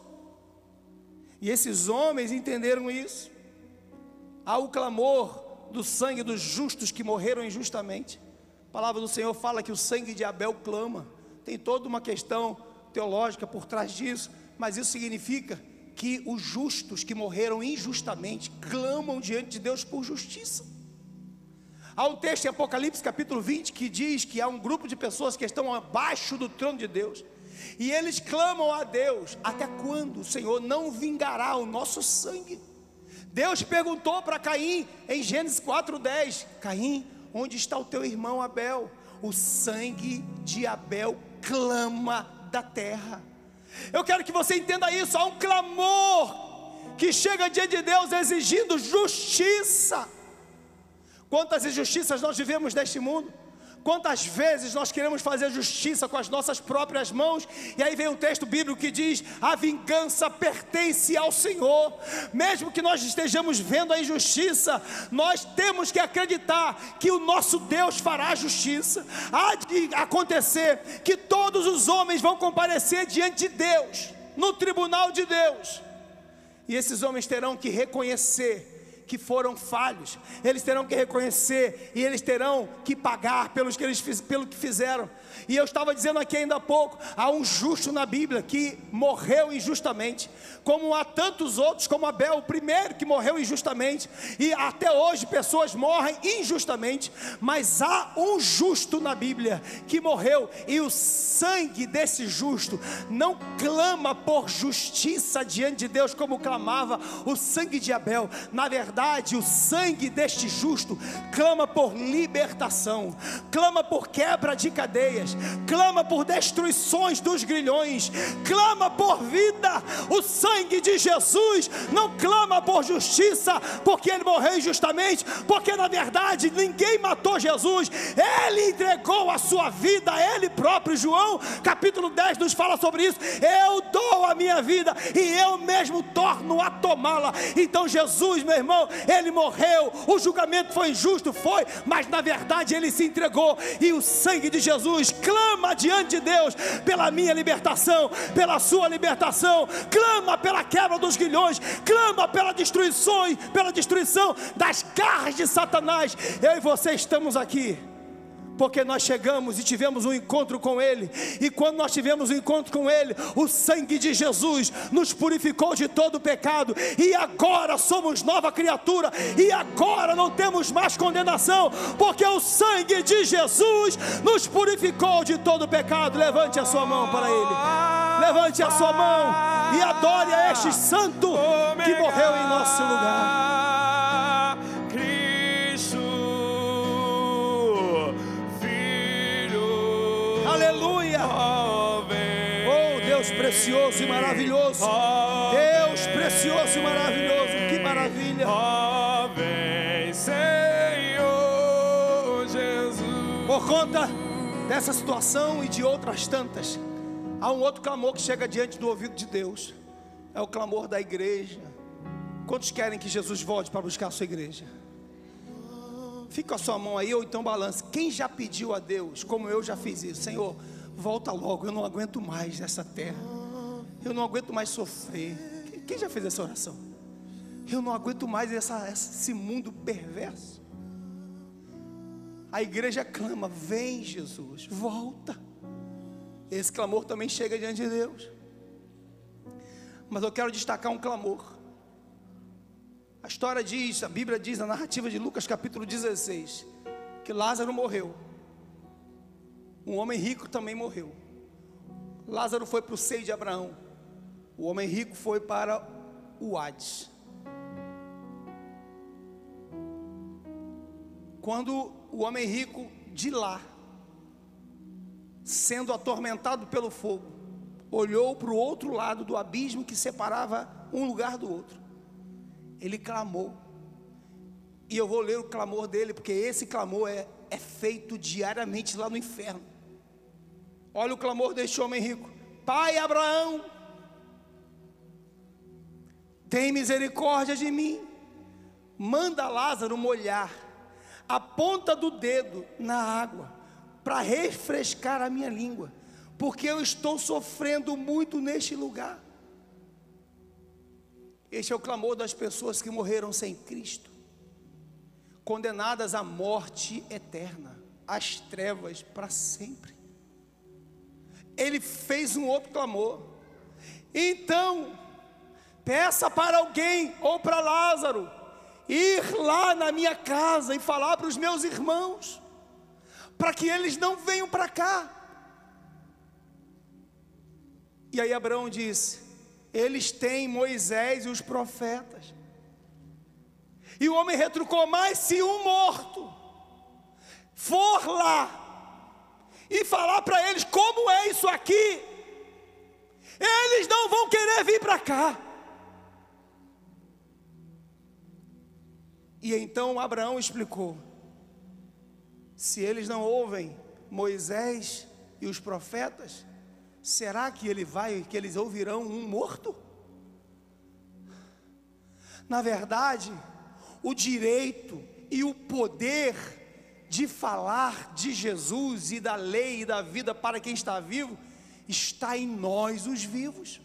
E esses homens entenderam isso. Há o clamor do sangue dos justos que morreram injustamente. A palavra do Senhor fala que o sangue de Abel clama. Tem toda uma questão teológica por trás disso, mas isso significa que os justos que morreram injustamente clamam diante de Deus por justiça. Há um texto em Apocalipse capítulo vinte que diz que há um grupo de pessoas que estão abaixo do trono de Deus, e eles clamam a Deus: até quando o Senhor não vingará o nosso sangue? Deus perguntou para Caim em Gênesis quatro dez: Caim, onde está o teu irmão Abel? O sangue de Abel clama da terra. Eu quero que você entenda isso. Há um clamor que chega diante de Deus exigindo justiça. Quantas injustiças nós vivemos neste mundo? Quantas vezes nós queremos fazer justiça com as nossas próprias mãos, e aí vem um texto bíblico que diz: a vingança pertence ao Senhor. Mesmo que nós estejamos vendo a injustiça, nós temos que acreditar que o nosso Deus fará justiça. Há de acontecer que todos os homens vão comparecer diante de Deus, no tribunal de Deus, e esses homens terão que reconhecer que foram falhos, eles terão que reconhecer, e eles terão que pagar pelos que eles, pelo que fizeram. E eu estava dizendo aqui ainda há pouco, há um justo na Bíblia que morreu injustamente, como há tantos outros, como Abel, o primeiro que morreu injustamente, e até hoje pessoas morrem injustamente, mas há um justo na Bíblia que morreu, e o sangue desse justo não clama por justiça diante de Deus como clamava o sangue de Abel. Na verdade, o sangue deste justo clama por libertação, clama por quebra de cadeias, clama por destruições dos grilhões, clama por vida. O sangue de Jesus não clama por justiça, porque ele morreu injustamente, porque na verdade ninguém matou Jesus, ele entregou a sua vida, ele próprio. João capítulo dez nos fala sobre isso: eu dou a minha vida e eu mesmo torno a tomá-la. Então Jesus, meu irmão, ele morreu, o julgamento foi injusto, foi, mas na verdade ele se entregou, e o sangue de Jesus clama diante de Deus pela minha libertação, pela sua libertação, clama pela quebra dos grilhões, clama pela destruição, pela destruição das garras de Satanás. Eu e você estamos aqui porque nós chegamos e tivemos um encontro com Ele, e quando nós tivemos um encontro com Ele, o sangue de Jesus nos purificou de todo o pecado, e agora somos nova criatura, e agora não temos mais condenação, porque o sangue de Jesus nos purificou de todo o pecado. Levante a sua mão para Ele, levante a sua mão e adore a este santo que morreu em nosso lugar. Aleluia! Oh, Deus precioso e maravilhoso, Deus precioso e maravilhoso. Aleluia. Ó, vem, Senhor Jesus. Por conta dessa situação e de outras tantas, há um outro clamor que chega diante do ouvido de Deus. É o clamor da igreja. Quantos querem que Jesus volte para buscar a sua igreja? Fica com a sua mão aí, ou então balance. Quem já pediu a Deus, como eu já fiz isso? Senhor, volta logo, eu não aguento mais essa terra. Eu não aguento mais sofrer. Quem já fez essa oração? Eu não aguento mais essa, esse mundo perverso. A igreja clama, vem Jesus, volta. Esse clamor também chega diante de Deus. Mas eu quero destacar um clamor. A história diz, a Bíblia diz, na narrativa de Lucas capítulo dezesseis, que Lázaro morreu. Um homem rico também morreu. Lázaro foi para o seio de Abraão. O homem rico foi para o Hades. Quando o homem rico de lá, sendo atormentado pelo fogo, olhou para o outro lado do abismo que separava um lugar do outro, ele clamou. E eu vou ler o clamor dele, porque esse clamor é, é feito diariamente lá no inferno. Olha o clamor deste homem rico: Pai Abraão, tem misericórdia de mim, manda Lázaro molhar a ponta do dedo na água, para refrescar a minha língua, porque eu estou sofrendo muito neste lugar. Este é o clamor das pessoas que morreram sem Cristo, condenadas à morte eterna, às trevas para sempre. Ele fez um outro clamor: então, peça para alguém, ou para Lázaro, ir lá na minha casa e falar para os meus irmãos, para que eles não venham para cá. E aí Abraão disse: eles têm Moisés e os profetas. E o homem retrucou: mas se um morto for lá e falar para eles como é isso aqui, eles não vão querer vir para cá. E então Abraão explicou: se eles não ouvem Moisés e os profetas, será que ele vai, que eles ouvirão um morto? Na verdade, o direito e o poder de falar de Jesus e da lei e da vida para quem está vivo está em nós, os vivos.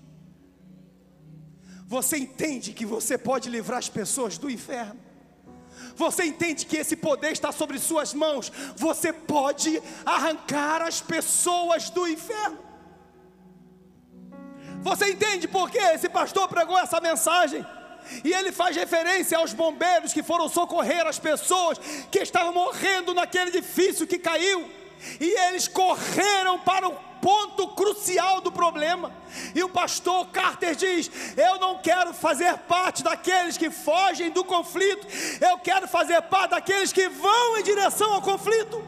Você entende que você pode livrar as pessoas do inferno? Você entende que esse poder está sobre suas mãos? Você pode arrancar as pessoas do inferno. Você entende por que esse pastor pregou essa mensagem? E ele faz referência aos bombeiros que foram socorrer as pessoas que estavam morrendo naquele edifício que caiu. E eles correram para o ponto crucial do problema. E o pastor Carter diz: eu não quero fazer parte daqueles que fogem do conflito, eu quero fazer parte daqueles que vão em direção ao conflito.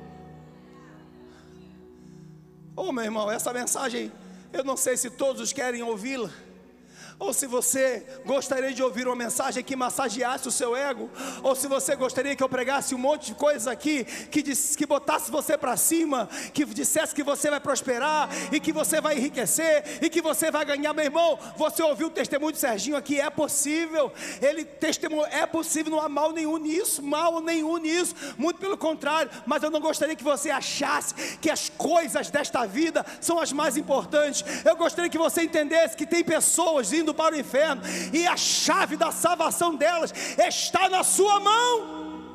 Oh, meu irmão, essa mensagem, eu não sei se todos querem ouvi-la, ou se você gostaria de ouvir uma mensagem que massageasse o seu ego, ou se você gostaria que eu pregasse um monte de coisas aqui, que, diz, que botasse você para cima, que dissesse que você vai prosperar, e que você vai enriquecer, e que você vai ganhar. Meu irmão, você ouviu o testemunho de Serginho aqui, é possível, ele testemunhou, é possível, não há mal nenhum nisso, mal nenhum nisso, muito pelo contrário. Mas eu não gostaria que você achasse que as coisas desta vida são as mais importantes. Eu gostaria que você entendesse que tem pessoas indo para o inferno, e a chave da salvação delas está na sua mão.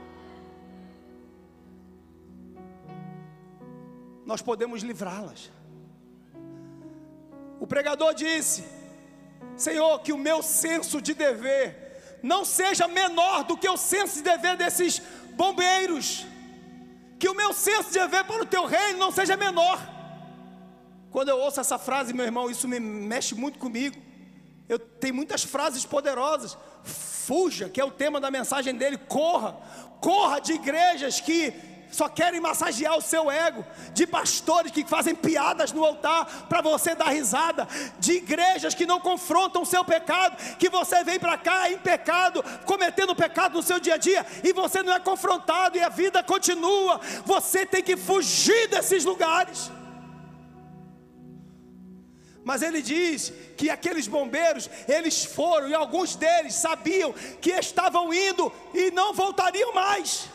Nós podemos livrá-las. O pregador disse: Senhor, que o meu senso de dever não seja menor do que o senso de dever desses bombeiros, que o meu senso de dever para o teu reino não seja menor. Quando eu ouço essa frase, meu irmão, isso me mexe muito comigo. Eu tenho muitas frases poderosas. Fuja, que é o tema da mensagem dele. Corra, corra de igrejas que só querem massagear o seu ego, de pastores que fazem piadas no altar para você dar risada, de igrejas que não confrontam o seu pecado, que você vem para cá em pecado, cometendo pecado no seu dia a dia, e você não é confrontado e a vida continua. Você tem que fugir desses lugares. Mas ele diz que aqueles bombeiros, eles foram, e alguns deles sabiam que estavam indo e não voltariam mais.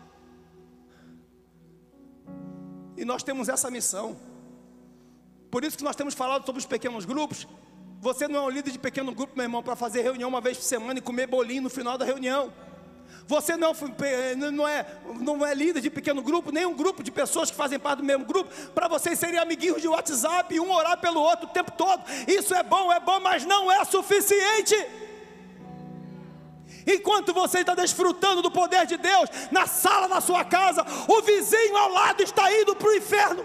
E nós temos essa missão. Por isso que nós temos falado sobre os pequenos grupos. Você não é um líder de pequeno grupo, meu irmão, para fazer reunião uma vez por semana e comer bolinho no final da reunião. Você não, não, é, não é líder de pequeno grupo, nem um grupo de pessoas que fazem parte do mesmo grupo, para vocês serem amiguinhos de WhatsApp e um orar pelo outro o tempo todo. Isso é bom, é bom, mas não é suficiente. Enquanto você está desfrutando do poder de Deus na sala da sua casa, o vizinho ao lado está indo para o inferno.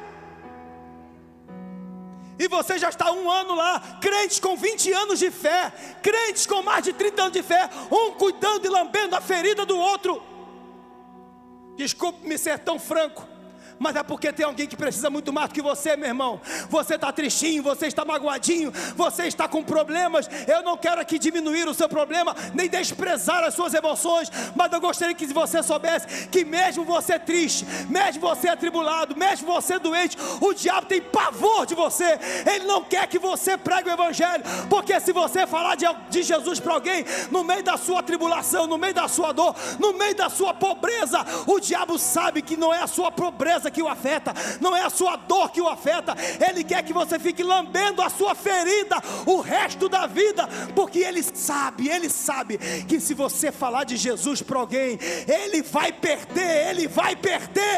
E você já está um ano lá, crentes com vinte anos de fé, crentes com mais de trinta anos de fé, um cuidando e lambendo a ferida do outro. Desculpe-me ser tão franco, mas é porque tem alguém que precisa muito mais do que você, meu irmão. Você está tristinho, você está magoadinho, você está com problemas. Eu não quero aqui diminuir o seu problema, nem desprezar as suas emoções, mas eu gostaria que você soubesse que mesmo você triste, mesmo você atribulado, mesmo você doente, o diabo tem pavor de você. Ele não quer que você pregue o evangelho, porque se você falar de, de Jesus para alguém, no meio da sua tribulação, no meio da sua dor, no meio da sua pobreza, o diabo sabe que não é a sua pobreza que o afeta, não é a sua dor que o afeta. Ele quer que você fique lambendo a sua ferida o resto da vida, porque ele sabe, ele sabe que se você falar de Jesus para alguém, ele vai perder, ele vai perder.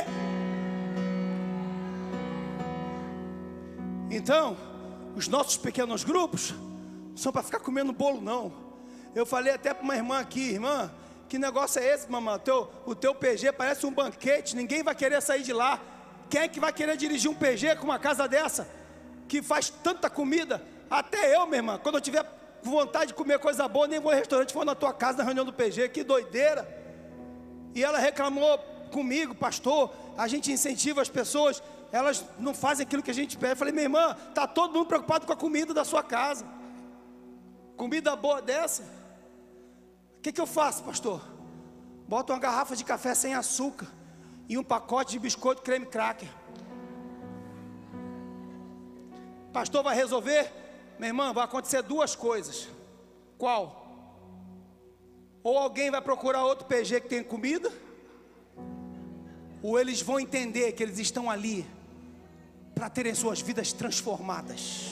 Então, os nossos pequenos grupos não são para ficar comendo bolo, não. Eu falei até para uma irmã aqui: irmã, que negócio é esse, mamãe? O teu, o teu P G parece um banquete, ninguém vai querer sair de lá. Quem é que vai querer dirigir um P G com uma casa dessa, que faz tanta comida? Até eu, minha irmã, quando eu tiver vontade de comer coisa boa, nem vou ao restaurante, vou na tua casa na reunião do P G, que doideira. E ela reclamou comigo: pastor, a gente incentiva as pessoas, elas não fazem aquilo que a gente pede. Eu falei: minha irmã, está todo mundo preocupado com a comida da sua casa, comida boa dessa. O que, que eu faço, pastor? Boto uma garrafa de café sem açúcar e um pacote de biscoito creme cracker. Pastor, vai resolver? Minha irmã, vai acontecer duas coisas. Qual? Ou alguém vai procurar outro P G que tem comida, ou eles vão entender que eles estão ali para terem suas vidas transformadas.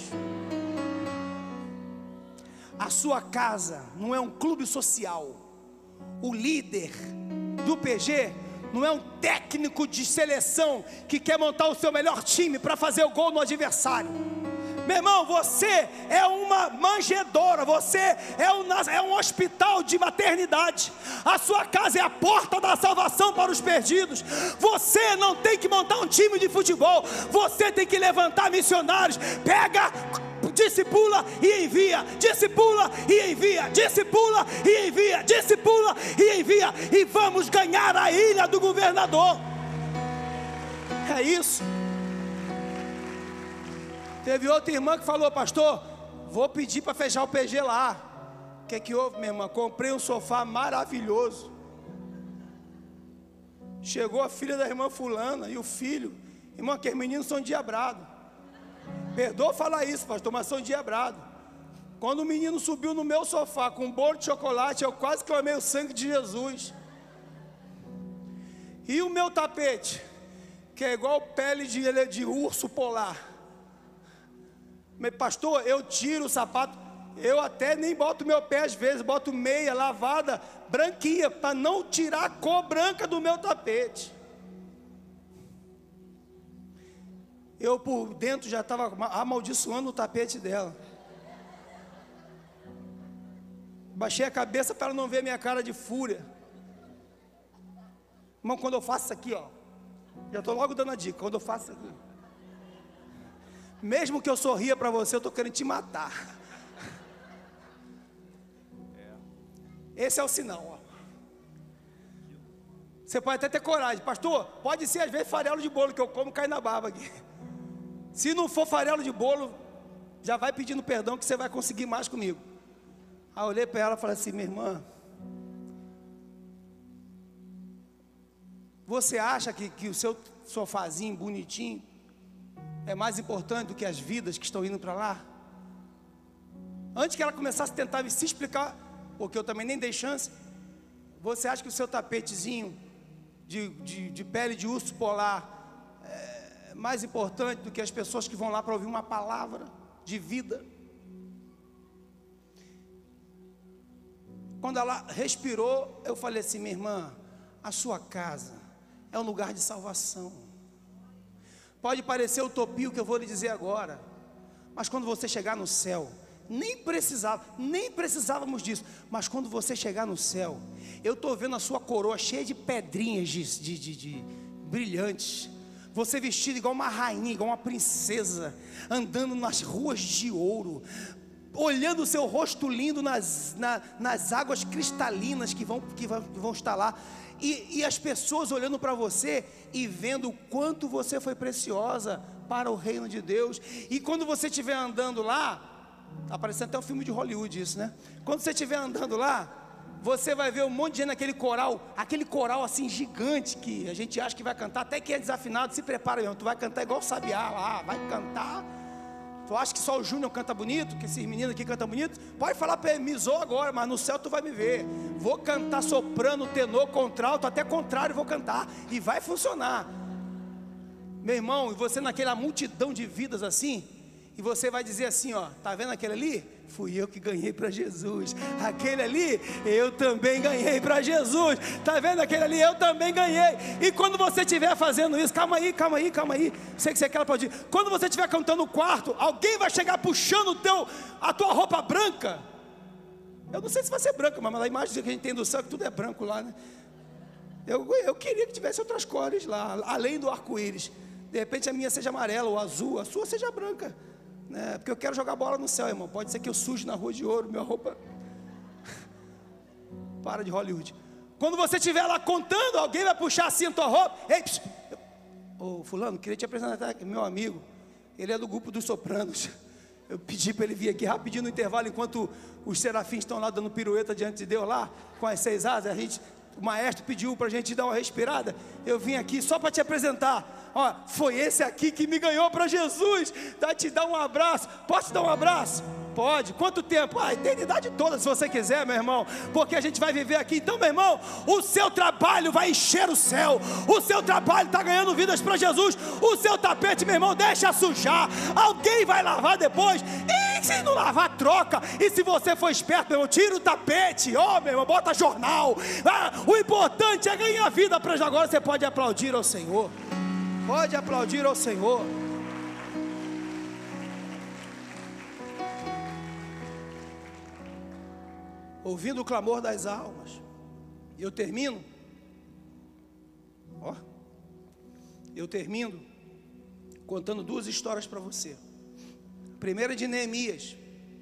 A sua casa não é um clube social. O líder do P G não é um técnico de seleção que quer montar o seu melhor time para fazer o gol no adversário. Meu irmão, você é uma manjedoura, você é um, é um hospital de maternidade. A sua casa é a porta da salvação para os perdidos. Você não tem que montar um time de futebol, você tem que levantar missionários. Pega, discipula e envia, discipula e envia, discipula e envia, discipula e envia, e vamos ganhar a ilha do governador. É isso. Teve outra irmã que falou: pastor, vou pedir para fechar o P G lá. O que é que houve, minha irmã? Comprei um sofá maravilhoso. Chegou a filha da irmã fulana e o filho. Irmã, aqueles meninos são endiabrados. Perdoa falar isso, pastor, mas são endiabrados. Quando o menino subiu no meu sofá com um bolo de chocolate, eu quase clamei o sangue de Jesus. E o meu tapete, que é igual pele de, de urso polar. Mas, pastor, eu tiro o sapato, eu até nem boto meu pé às vezes, boto meia lavada, branquinha, para não tirar a cor branca do meu tapete. Eu por dentro já estava amaldiçoando o tapete dela. Baixei a cabeça para ela não ver minha cara de fúria. Irmão, quando eu faço isso aqui, ó, já estou logo dando a dica, quando eu faço isso aqui, mesmo que eu sorria para você, eu estou querendo te matar. Esse é o sinal, ó. Você pode até ter coragem, pastor, pode ser às vezes farelo de bolo que eu como, cai na barba aqui. Se não for farelo de bolo, já vai pedindo perdão que você vai conseguir mais comigo. Aí eu olhei para ela e falei assim, minha irmã, você acha que, que o seu sofazinho bonitinho é mais importante do que as vidas que estão indo para lá? Antes que ela começasse a tentar se explicar, porque eu também nem dei chance, você acha que o seu tapetezinho de, de, de pele de urso polar é mais importante do que as pessoas que vão lá para ouvir uma palavra de vida? Quando ela respirou, eu falei assim, minha irmã, a sua casa é um lugar de salvação. Pode parecer utopia o que eu vou lhe dizer agora, mas quando você chegar no céu, nem precisava, nem precisávamos disso, mas quando você chegar no céu, eu estou vendo a sua coroa cheia de pedrinhas de, de, de, de brilhantes, você vestido igual uma rainha, igual uma princesa, andando nas ruas de ouro, olhando o seu rosto lindo nas, na, nas águas cristalinas que vão, que vão, que vão estar lá, e, e as pessoas olhando para você e vendo o quanto você foi preciosa para o reino de Deus. E quando você estiver andando lá, está parecendo até um filme de Hollywood isso, né? Quando você estiver andando lá, você vai ver um monte de gente naquele coral, aquele coral assim gigante, que a gente acha que vai cantar, até que é desafinado, se prepara mesmo, tu vai cantar igual o Sabiá lá, vai cantar. Tu acha que só o Júnior canta bonito, que esses meninos aqui cantam bonito? Pode falar para ele, me zoa agora, mas no céu tu vai me ver. Vou cantar soprano, tenor, contralto, até contrário vou cantar, e vai funcionar. Meu irmão, e você naquela multidão de vidas assim, e você vai dizer assim, ó, tá vendo aquele ali? Fui eu que ganhei para Jesus. Aquele ali, eu também ganhei para Jesus. Tá vendo aquele ali? Eu também ganhei. E quando você estiver fazendo isso, calma aí, calma aí, calma aí. Sei que você quer, pode ir. Quando você estiver cantando no quarto, alguém vai chegar puxando o teu, a tua roupa branca. Eu não sei se vai ser branca, mas a imagem que a gente tem do céu, que tudo é branco lá, né? Eu, eu queria que tivesse outras cores lá, além do arco-íris. De repente a minha seja amarela ou azul, a sua seja branca. É, porque eu quero jogar bola no céu, irmão. Pode ser que eu suje na rua de ouro, minha roupa. Para de Hollywood. Quando você estiver lá contando, alguém vai puxar assim a tua roupa. Ei, psh, ô fulano, queria te apresentar aqui, meu amigo. Ele é do grupo dos sopranos. Eu pedi para ele vir aqui rapidinho no intervalo, enquanto os serafins estão lá dando pirueta diante de Deus lá, com as seis asas. A gente, o maestro pediu para a gente dar uma respirada. Eu vim aqui só para te apresentar. Ó, foi esse aqui que me ganhou para Jesus. Tá, te dar um abraço. Posso te dar um abraço? Pode. Quanto tempo? Ah, a eternidade toda, se você quiser, meu irmão. Porque a gente vai viver aqui. Então, meu irmão, o seu trabalho vai encher o céu. O seu trabalho está ganhando vidas para Jesus. O seu tapete, meu irmão, deixa sujar. Alguém vai lavar depois. E se não lavar, troca. E se você for esperto, meu irmão, tira o tapete. Ó, oh, meu irmão, bota jornal. Ah, o importante é ganhar vida para já. Agora você pode aplaudir ao Senhor. Pode aplaudir ao Senhor. Ouvindo o clamor das almas. Eu termino. Ó. Eu termino contando duas histórias para você. A primeira é de Neemias.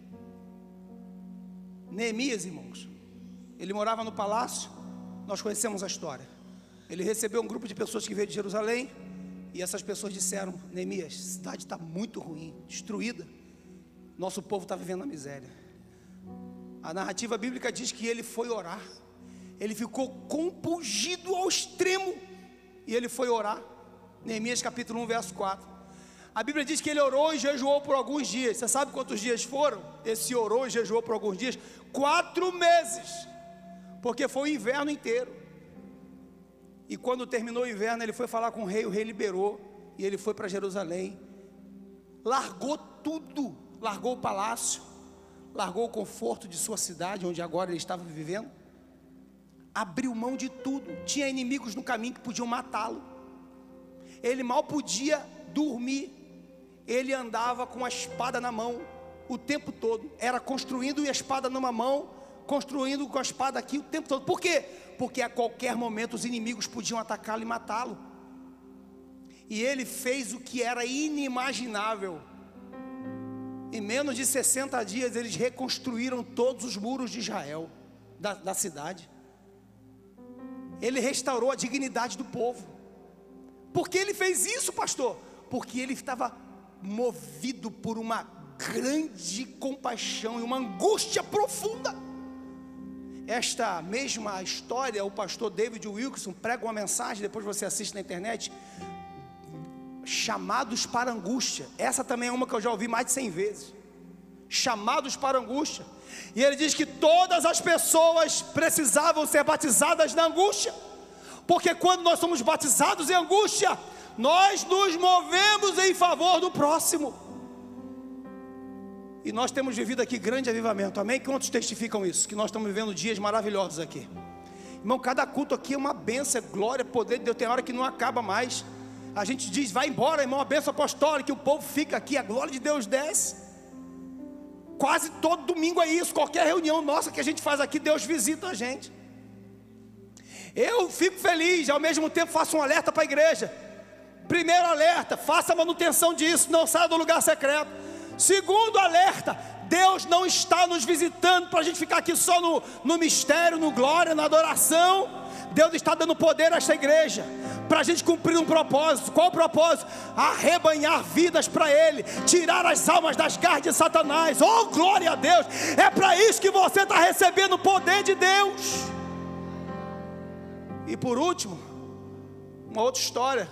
Neemias, irmãos, ele morava no palácio. Nós conhecemos a história. Ele recebeu um grupo de pessoas que veio de Jerusalém. E essas pessoas disseram, Neemias, a cidade está muito ruim, destruída. Nosso povo está vivendo na miséria. A narrativa bíblica diz que ele foi orar. Ele ficou compungido ao extremo. E ele foi orar. Neemias capítulo um, verso quatro. A Bíblia diz que ele orou e jejuou por alguns dias. Você sabe quantos dias foram? Esse orou e jejuou por alguns dias? Quatro meses. Porque foi o inverno inteiro. E quando terminou o inverno, ele foi falar com o rei, o rei liberou, e ele foi para Jerusalém, largou tudo, largou o palácio, largou o conforto de sua cidade, onde agora ele estava vivendo, abriu mão de tudo. Tinha inimigos no caminho que podiam matá-lo, ele mal podia dormir, ele andava com a espada na mão, o tempo todo, era construindo a espada numa mão, construindo com a espada aqui o tempo todo. Por quê? Porque a qualquer momento os inimigos podiam atacá-lo e matá-lo. E ele fez o que era inimaginável. Em menos de sessenta dias eles reconstruíram todos os muros de Israel, da, da cidade. Ele restaurou a dignidade do povo. Por que ele fez isso, pastor? Porque ele estava movido por uma grande compaixão e uma angústia profunda. Esta mesma história, o pastor David Wilkerson prega uma mensagem, depois você assiste na internet, chamados para angústia. Essa também é uma que eu já ouvi mais de cem vezes. Chamados para angústia. E ele diz que todas as pessoas precisavam ser batizadas na angústia, porque quando nós somos batizados em angústia, nós nos movemos em favor do próximo. E nós temos vivido aqui grande avivamento, amém? Quantos testificam isso? Que nós estamos vivendo dias maravilhosos aqui. Irmão, cada culto aqui é uma bênção, é glória, poder de Deus. Tem hora que não acaba mais. A gente diz, vai embora, irmão, a bênção apostólica, que o povo fica aqui, a glória de Deus desce. Quase todo domingo é isso, qualquer reunião nossa que a gente faz aqui, Deus visita a gente. Eu fico feliz, ao mesmo tempo faço um alerta para a igreja. Primeiro alerta, faça a manutenção disso, não saia do lugar secreto. Segundo alerta, Deus não está nos visitando para a gente ficar aqui só no, no mistério, no glória, na adoração. Deus está dando poder a esta igreja para a gente cumprir um propósito. Qual o propósito? Arrebanhar vidas para Ele, tirar as almas das garras de Satanás. Oh, glória a Deus! É para isso que você está recebendo o poder de Deus. E por último, uma outra história.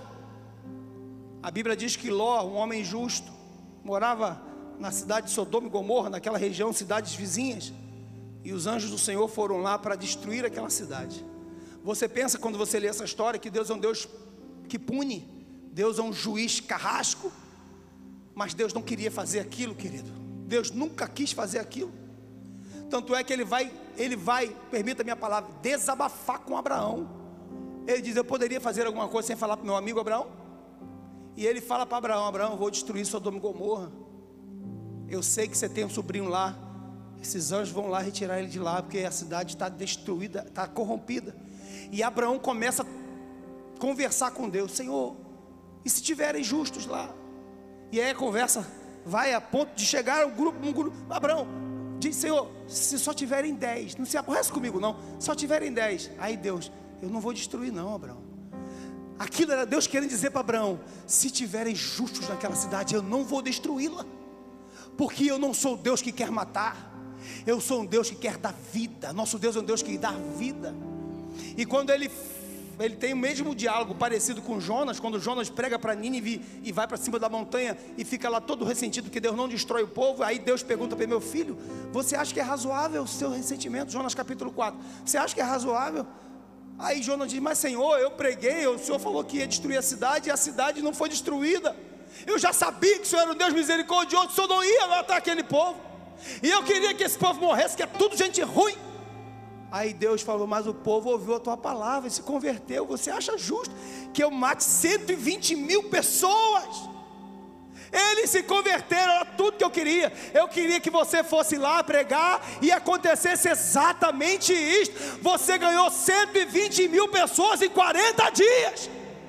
A Bíblia diz que Ló, um homem justo, morava na cidade de Sodoma e Gomorra, naquela região, cidades vizinhas, e os anjos do Senhor foram lá para destruir aquela cidade. Você pensa, quando você lê essa história, que Deus é um Deus que pune, Deus é um juiz carrasco, mas Deus não queria fazer aquilo, querido. Deus nunca quis fazer aquilo. Tanto é que ele vai, ele vai, permita a minha palavra, desabafar com Abraão. Ele diz, eu poderia fazer alguma coisa sem falar para o meu amigo Abraão? E ele fala para Abraão, Abraão, eu vou destruir Sodoma e Gomorra. Eu sei que você tem um sobrinho lá, esses anjos vão lá retirar ele de lá, porque a cidade está destruída, está corrompida. E Abraão começa a conversar com Deus, Senhor, e se tiverem justos lá? E aí a conversa vai a ponto de chegar um grupo, um grupo, Abraão diz, Senhor, se só tiverem dez, não se aborrece comigo não, só tiverem dez, aí Deus, eu não vou destruir não, Abraão. Aquilo era Deus querendo dizer para Abraão, se tiverem justos naquela cidade, eu não vou destruí-la, porque eu não sou Deus que quer matar, eu sou um Deus que quer dar vida. Nosso Deus é um Deus que dá vida. E quando ele, ele tem o mesmo diálogo parecido com Jonas, quando Jonas prega para Nínive e vai para cima da montanha e fica lá todo ressentido porque Deus não destrói o povo. Aí Deus pergunta para ele, meu filho, você acha que é razoável o seu ressentimento? Jonas capítulo quatro, você acha que é razoável? Aí Jonas diz, mas Senhor, eu preguei, o Senhor falou que ia destruir a cidade e a cidade não foi destruída. Eu já sabia que o Senhor era um Deus misericordioso, o Senhor não ia matar aquele povo, e eu queria que esse povo morresse, que é tudo gente ruim. Aí Deus falou, mas o povo ouviu a tua palavra e se converteu. Você acha justo que eu mate cento e vinte mil pessoas? Eles se converteram, era tudo que eu queria. Eu queria que você fosse lá pregar e acontecesse exatamente isto. Você ganhou cento e vinte mil pessoas em quarenta dias.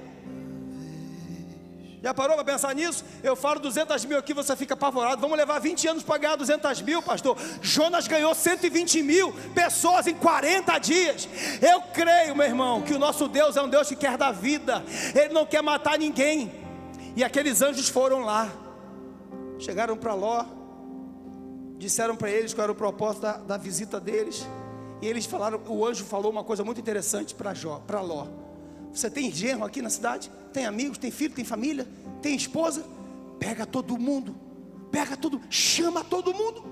Já parou para pensar nisso? Eu falo duzentos mil aqui, você fica apavorado. Vamos levar vinte anos para ganhar duzentos mil, pastor. Jonas ganhou cento e vinte mil pessoas em quarenta dias. Eu creio, meu irmão, que o nosso Deus é um Deus que quer dar vida. Ele não quer matar ninguém. E aqueles anjos foram lá, chegaram para Ló, disseram para eles qual era o propósito da, da visita deles. E eles falaram, o anjo falou uma coisa muito interessante para Ló. Você tem genro aqui na cidade? Tem amigos, tem filho, tem família, tem esposa? Pega todo mundo, pega todo, chama todo mundo.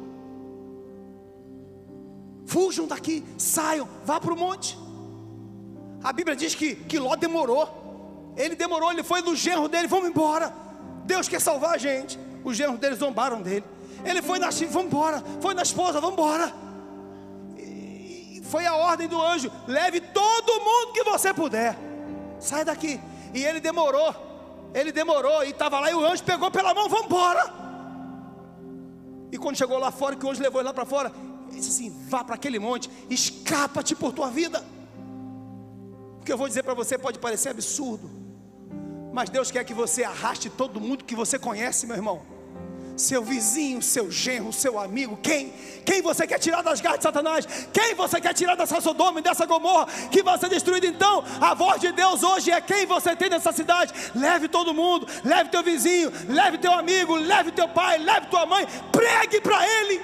Fujam daqui, saiam, vá para o monte. A Bíblia diz que, que Ló demorou. Ele demorou, ele foi no genro dele, vamos embora. Deus quer salvar a gente. Os genros deles zombaram dele. Ele foi na vamos embora. Foi na esposa, vamos embora. E foi a ordem do anjo, leve todo mundo que você puder. Sai daqui. E ele demorou, ele demorou, e estava lá, e o anjo pegou pela mão, vamos embora. E quando chegou lá fora, que o anjo levou ele lá para fora, ele disse assim, vá para aquele monte, escapa-te por tua vida. O que eu vou dizer para você pode parecer absurdo, mas Deus quer que você arraste todo mundo que você conhece, meu irmão. seu vizinho, seu genro, seu amigo, quem? Quem você quer tirar das garras de Satanás? Quem você quer tirar dessa Sodoma e dessa Gomorra que vai ser destruída? Então, a voz de Deus hoje é quem você tem nessa cidade. Leve todo mundo, leve teu vizinho, leve teu amigo, leve teu pai, leve tua mãe, pregue para ele.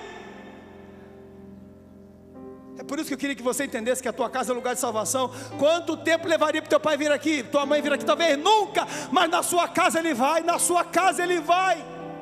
É por isso que eu queria que você entendesse que a tua casa é um lugar de salvação. Quanto tempo levaria para teu pai vir aqui, tua mãe vir aqui? Talvez nunca, mas na sua casa ele vai, na sua casa ele vai.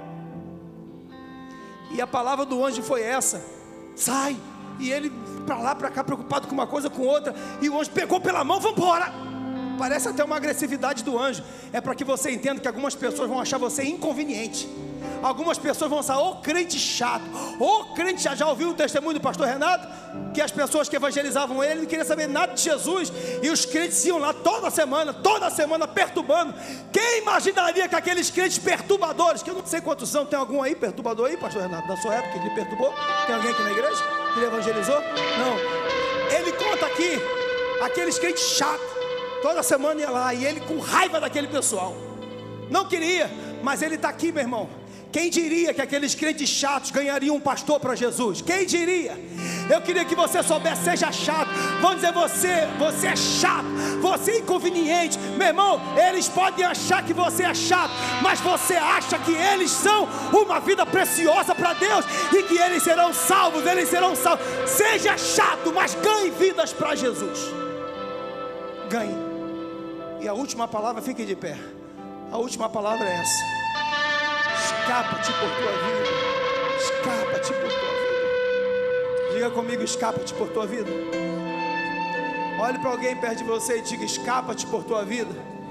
E a palavra do anjo foi essa: sai. E ele para lá, para cá, preocupado com uma coisa, com outra. E o anjo pegou pela mão, vamos embora. Parece até uma agressividade do anjo. É para que você entenda que algumas pessoas vão achar você inconveniente. Algumas pessoas vão achar, ô crente chato, ô crente chato. Já ouviu o testemunho do pastor Renato? Que as pessoas que evangelizavam ele não queriam saber nada de Jesus. E os crentes iam lá toda semana, toda semana perturbando. Quem imaginaria que aqueles crentes perturbadores, que eu não sei quantos são, tem algum aí perturbador aí, pastor Renato, da sua época que ele perturbou? Tem alguém aqui na igreja que ele evangelizou? Não. Ele conta aqui, aqueles crentes chatos, toda semana ia lá, e ele com raiva daquele pessoal. Não queria, mas ele está aqui, meu irmão. Quem diria que aqueles crentes chatos ganhariam um pastor para Jesus? Quem diria? Eu queria que você soubesse, seja chato. Vamos dizer, você, você é chato, você é inconveniente. Meu irmão, eles podem achar que você é chato, mas você acha que eles são uma vida preciosa para Deus e que eles serão salvos, eles serão salvos. Seja chato, mas ganhe vidas para Jesus. Ganhe. E a última palavra, fique de pé. A última palavra é essa: escapa-te por tua vida. Escapa-te por tua vida. Diga comigo: escapa-te por tua vida. Olhe para alguém perto de você e diga: escapa-te por tua vida.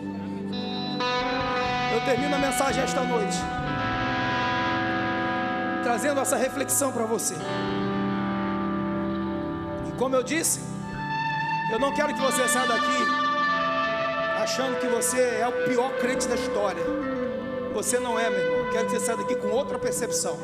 Eu termino a mensagem esta noite trazendo essa reflexão para você. E como eu disse, eu não quero que você saia daqui achando que você é o pior crente da história. Você não é, meu irmão. Quero que você saia daqui com outra percepção.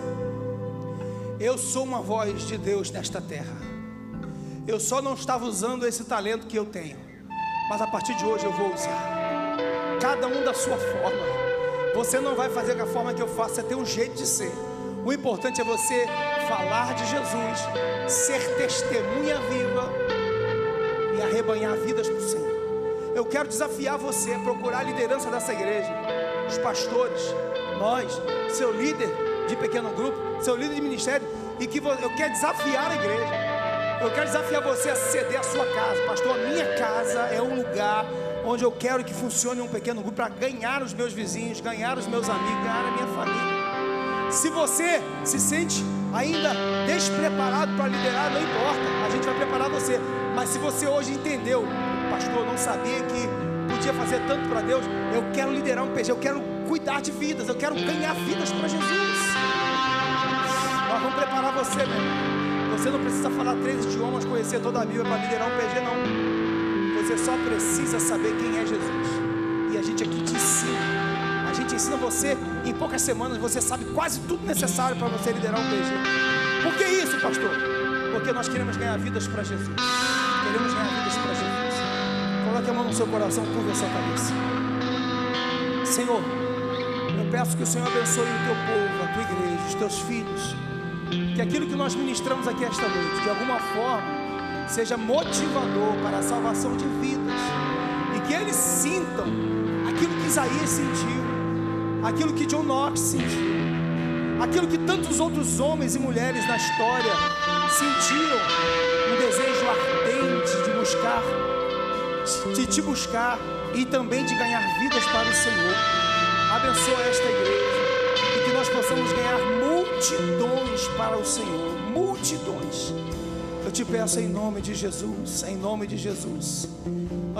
Eu sou uma voz de Deus nesta terra. Eu só não estava usando esse talento que eu tenho, mas a partir de hoje eu vou usar. Cada um da sua forma. Você não vai fazer da forma que eu faço. Você tem um jeito de ser. O importante é você falar de Jesus, ser testemunha viva e arrebanhar vidas para o Senhor. Eu quero desafiar você a procurar a liderança dessa igreja, os pastores, nós, seu líder de pequeno grupo, seu líder de ministério, e que eu quero desafiar a igreja. Eu quero desafiar você a ceder a sua casa. Pastor, a minha casa é um lugar onde eu quero que funcione um pequeno grupo para ganhar os meus vizinhos, ganhar os meus amigos, ganhar a minha família. Se você se sente ainda despreparado para liderar, não importa, a gente vai preparar você. Mas se você hoje entendeu, pastor, não sabia que podia fazer tanto para Deus, eu quero liderar um P G, eu quero cuidar de vidas, eu quero ganhar vidas para Jesus. Nós vamos preparar você, meu irmão. Você não precisa falar três idiomas, conhecer toda a Bíblia para liderar um P G, não. Você só precisa saber quem é Jesus. E a gente aqui te ensina. A gente ensina você, em poucas semanas você sabe quase tudo necessário para você liderar um P G. Por que isso, pastor? Porque nós queremos ganhar vidas para Jesus. Queremos ganhar vidas para Jesus. Coloque a mão no seu coração, curva a sua cabeça. Senhor, eu peço que o Senhor abençoe o teu povo, a tua igreja, os teus filhos. Que aquilo que nós ministramos aqui esta noite, de alguma forma, seja motivador para a salvação de vidas. E que eles sintam aquilo que Isaías sentiu, aquilo que John Knox sentiu, aquilo que tantos outros homens e mulheres na história sentiram, um desejo ardente de buscar, de te buscar e também de ganhar vidas para o Senhor. Abençoa esta igreja e que nós possamos ganhar multidões para o Senhor, multidões. Eu te peço em nome de Jesus, em nome de Jesus.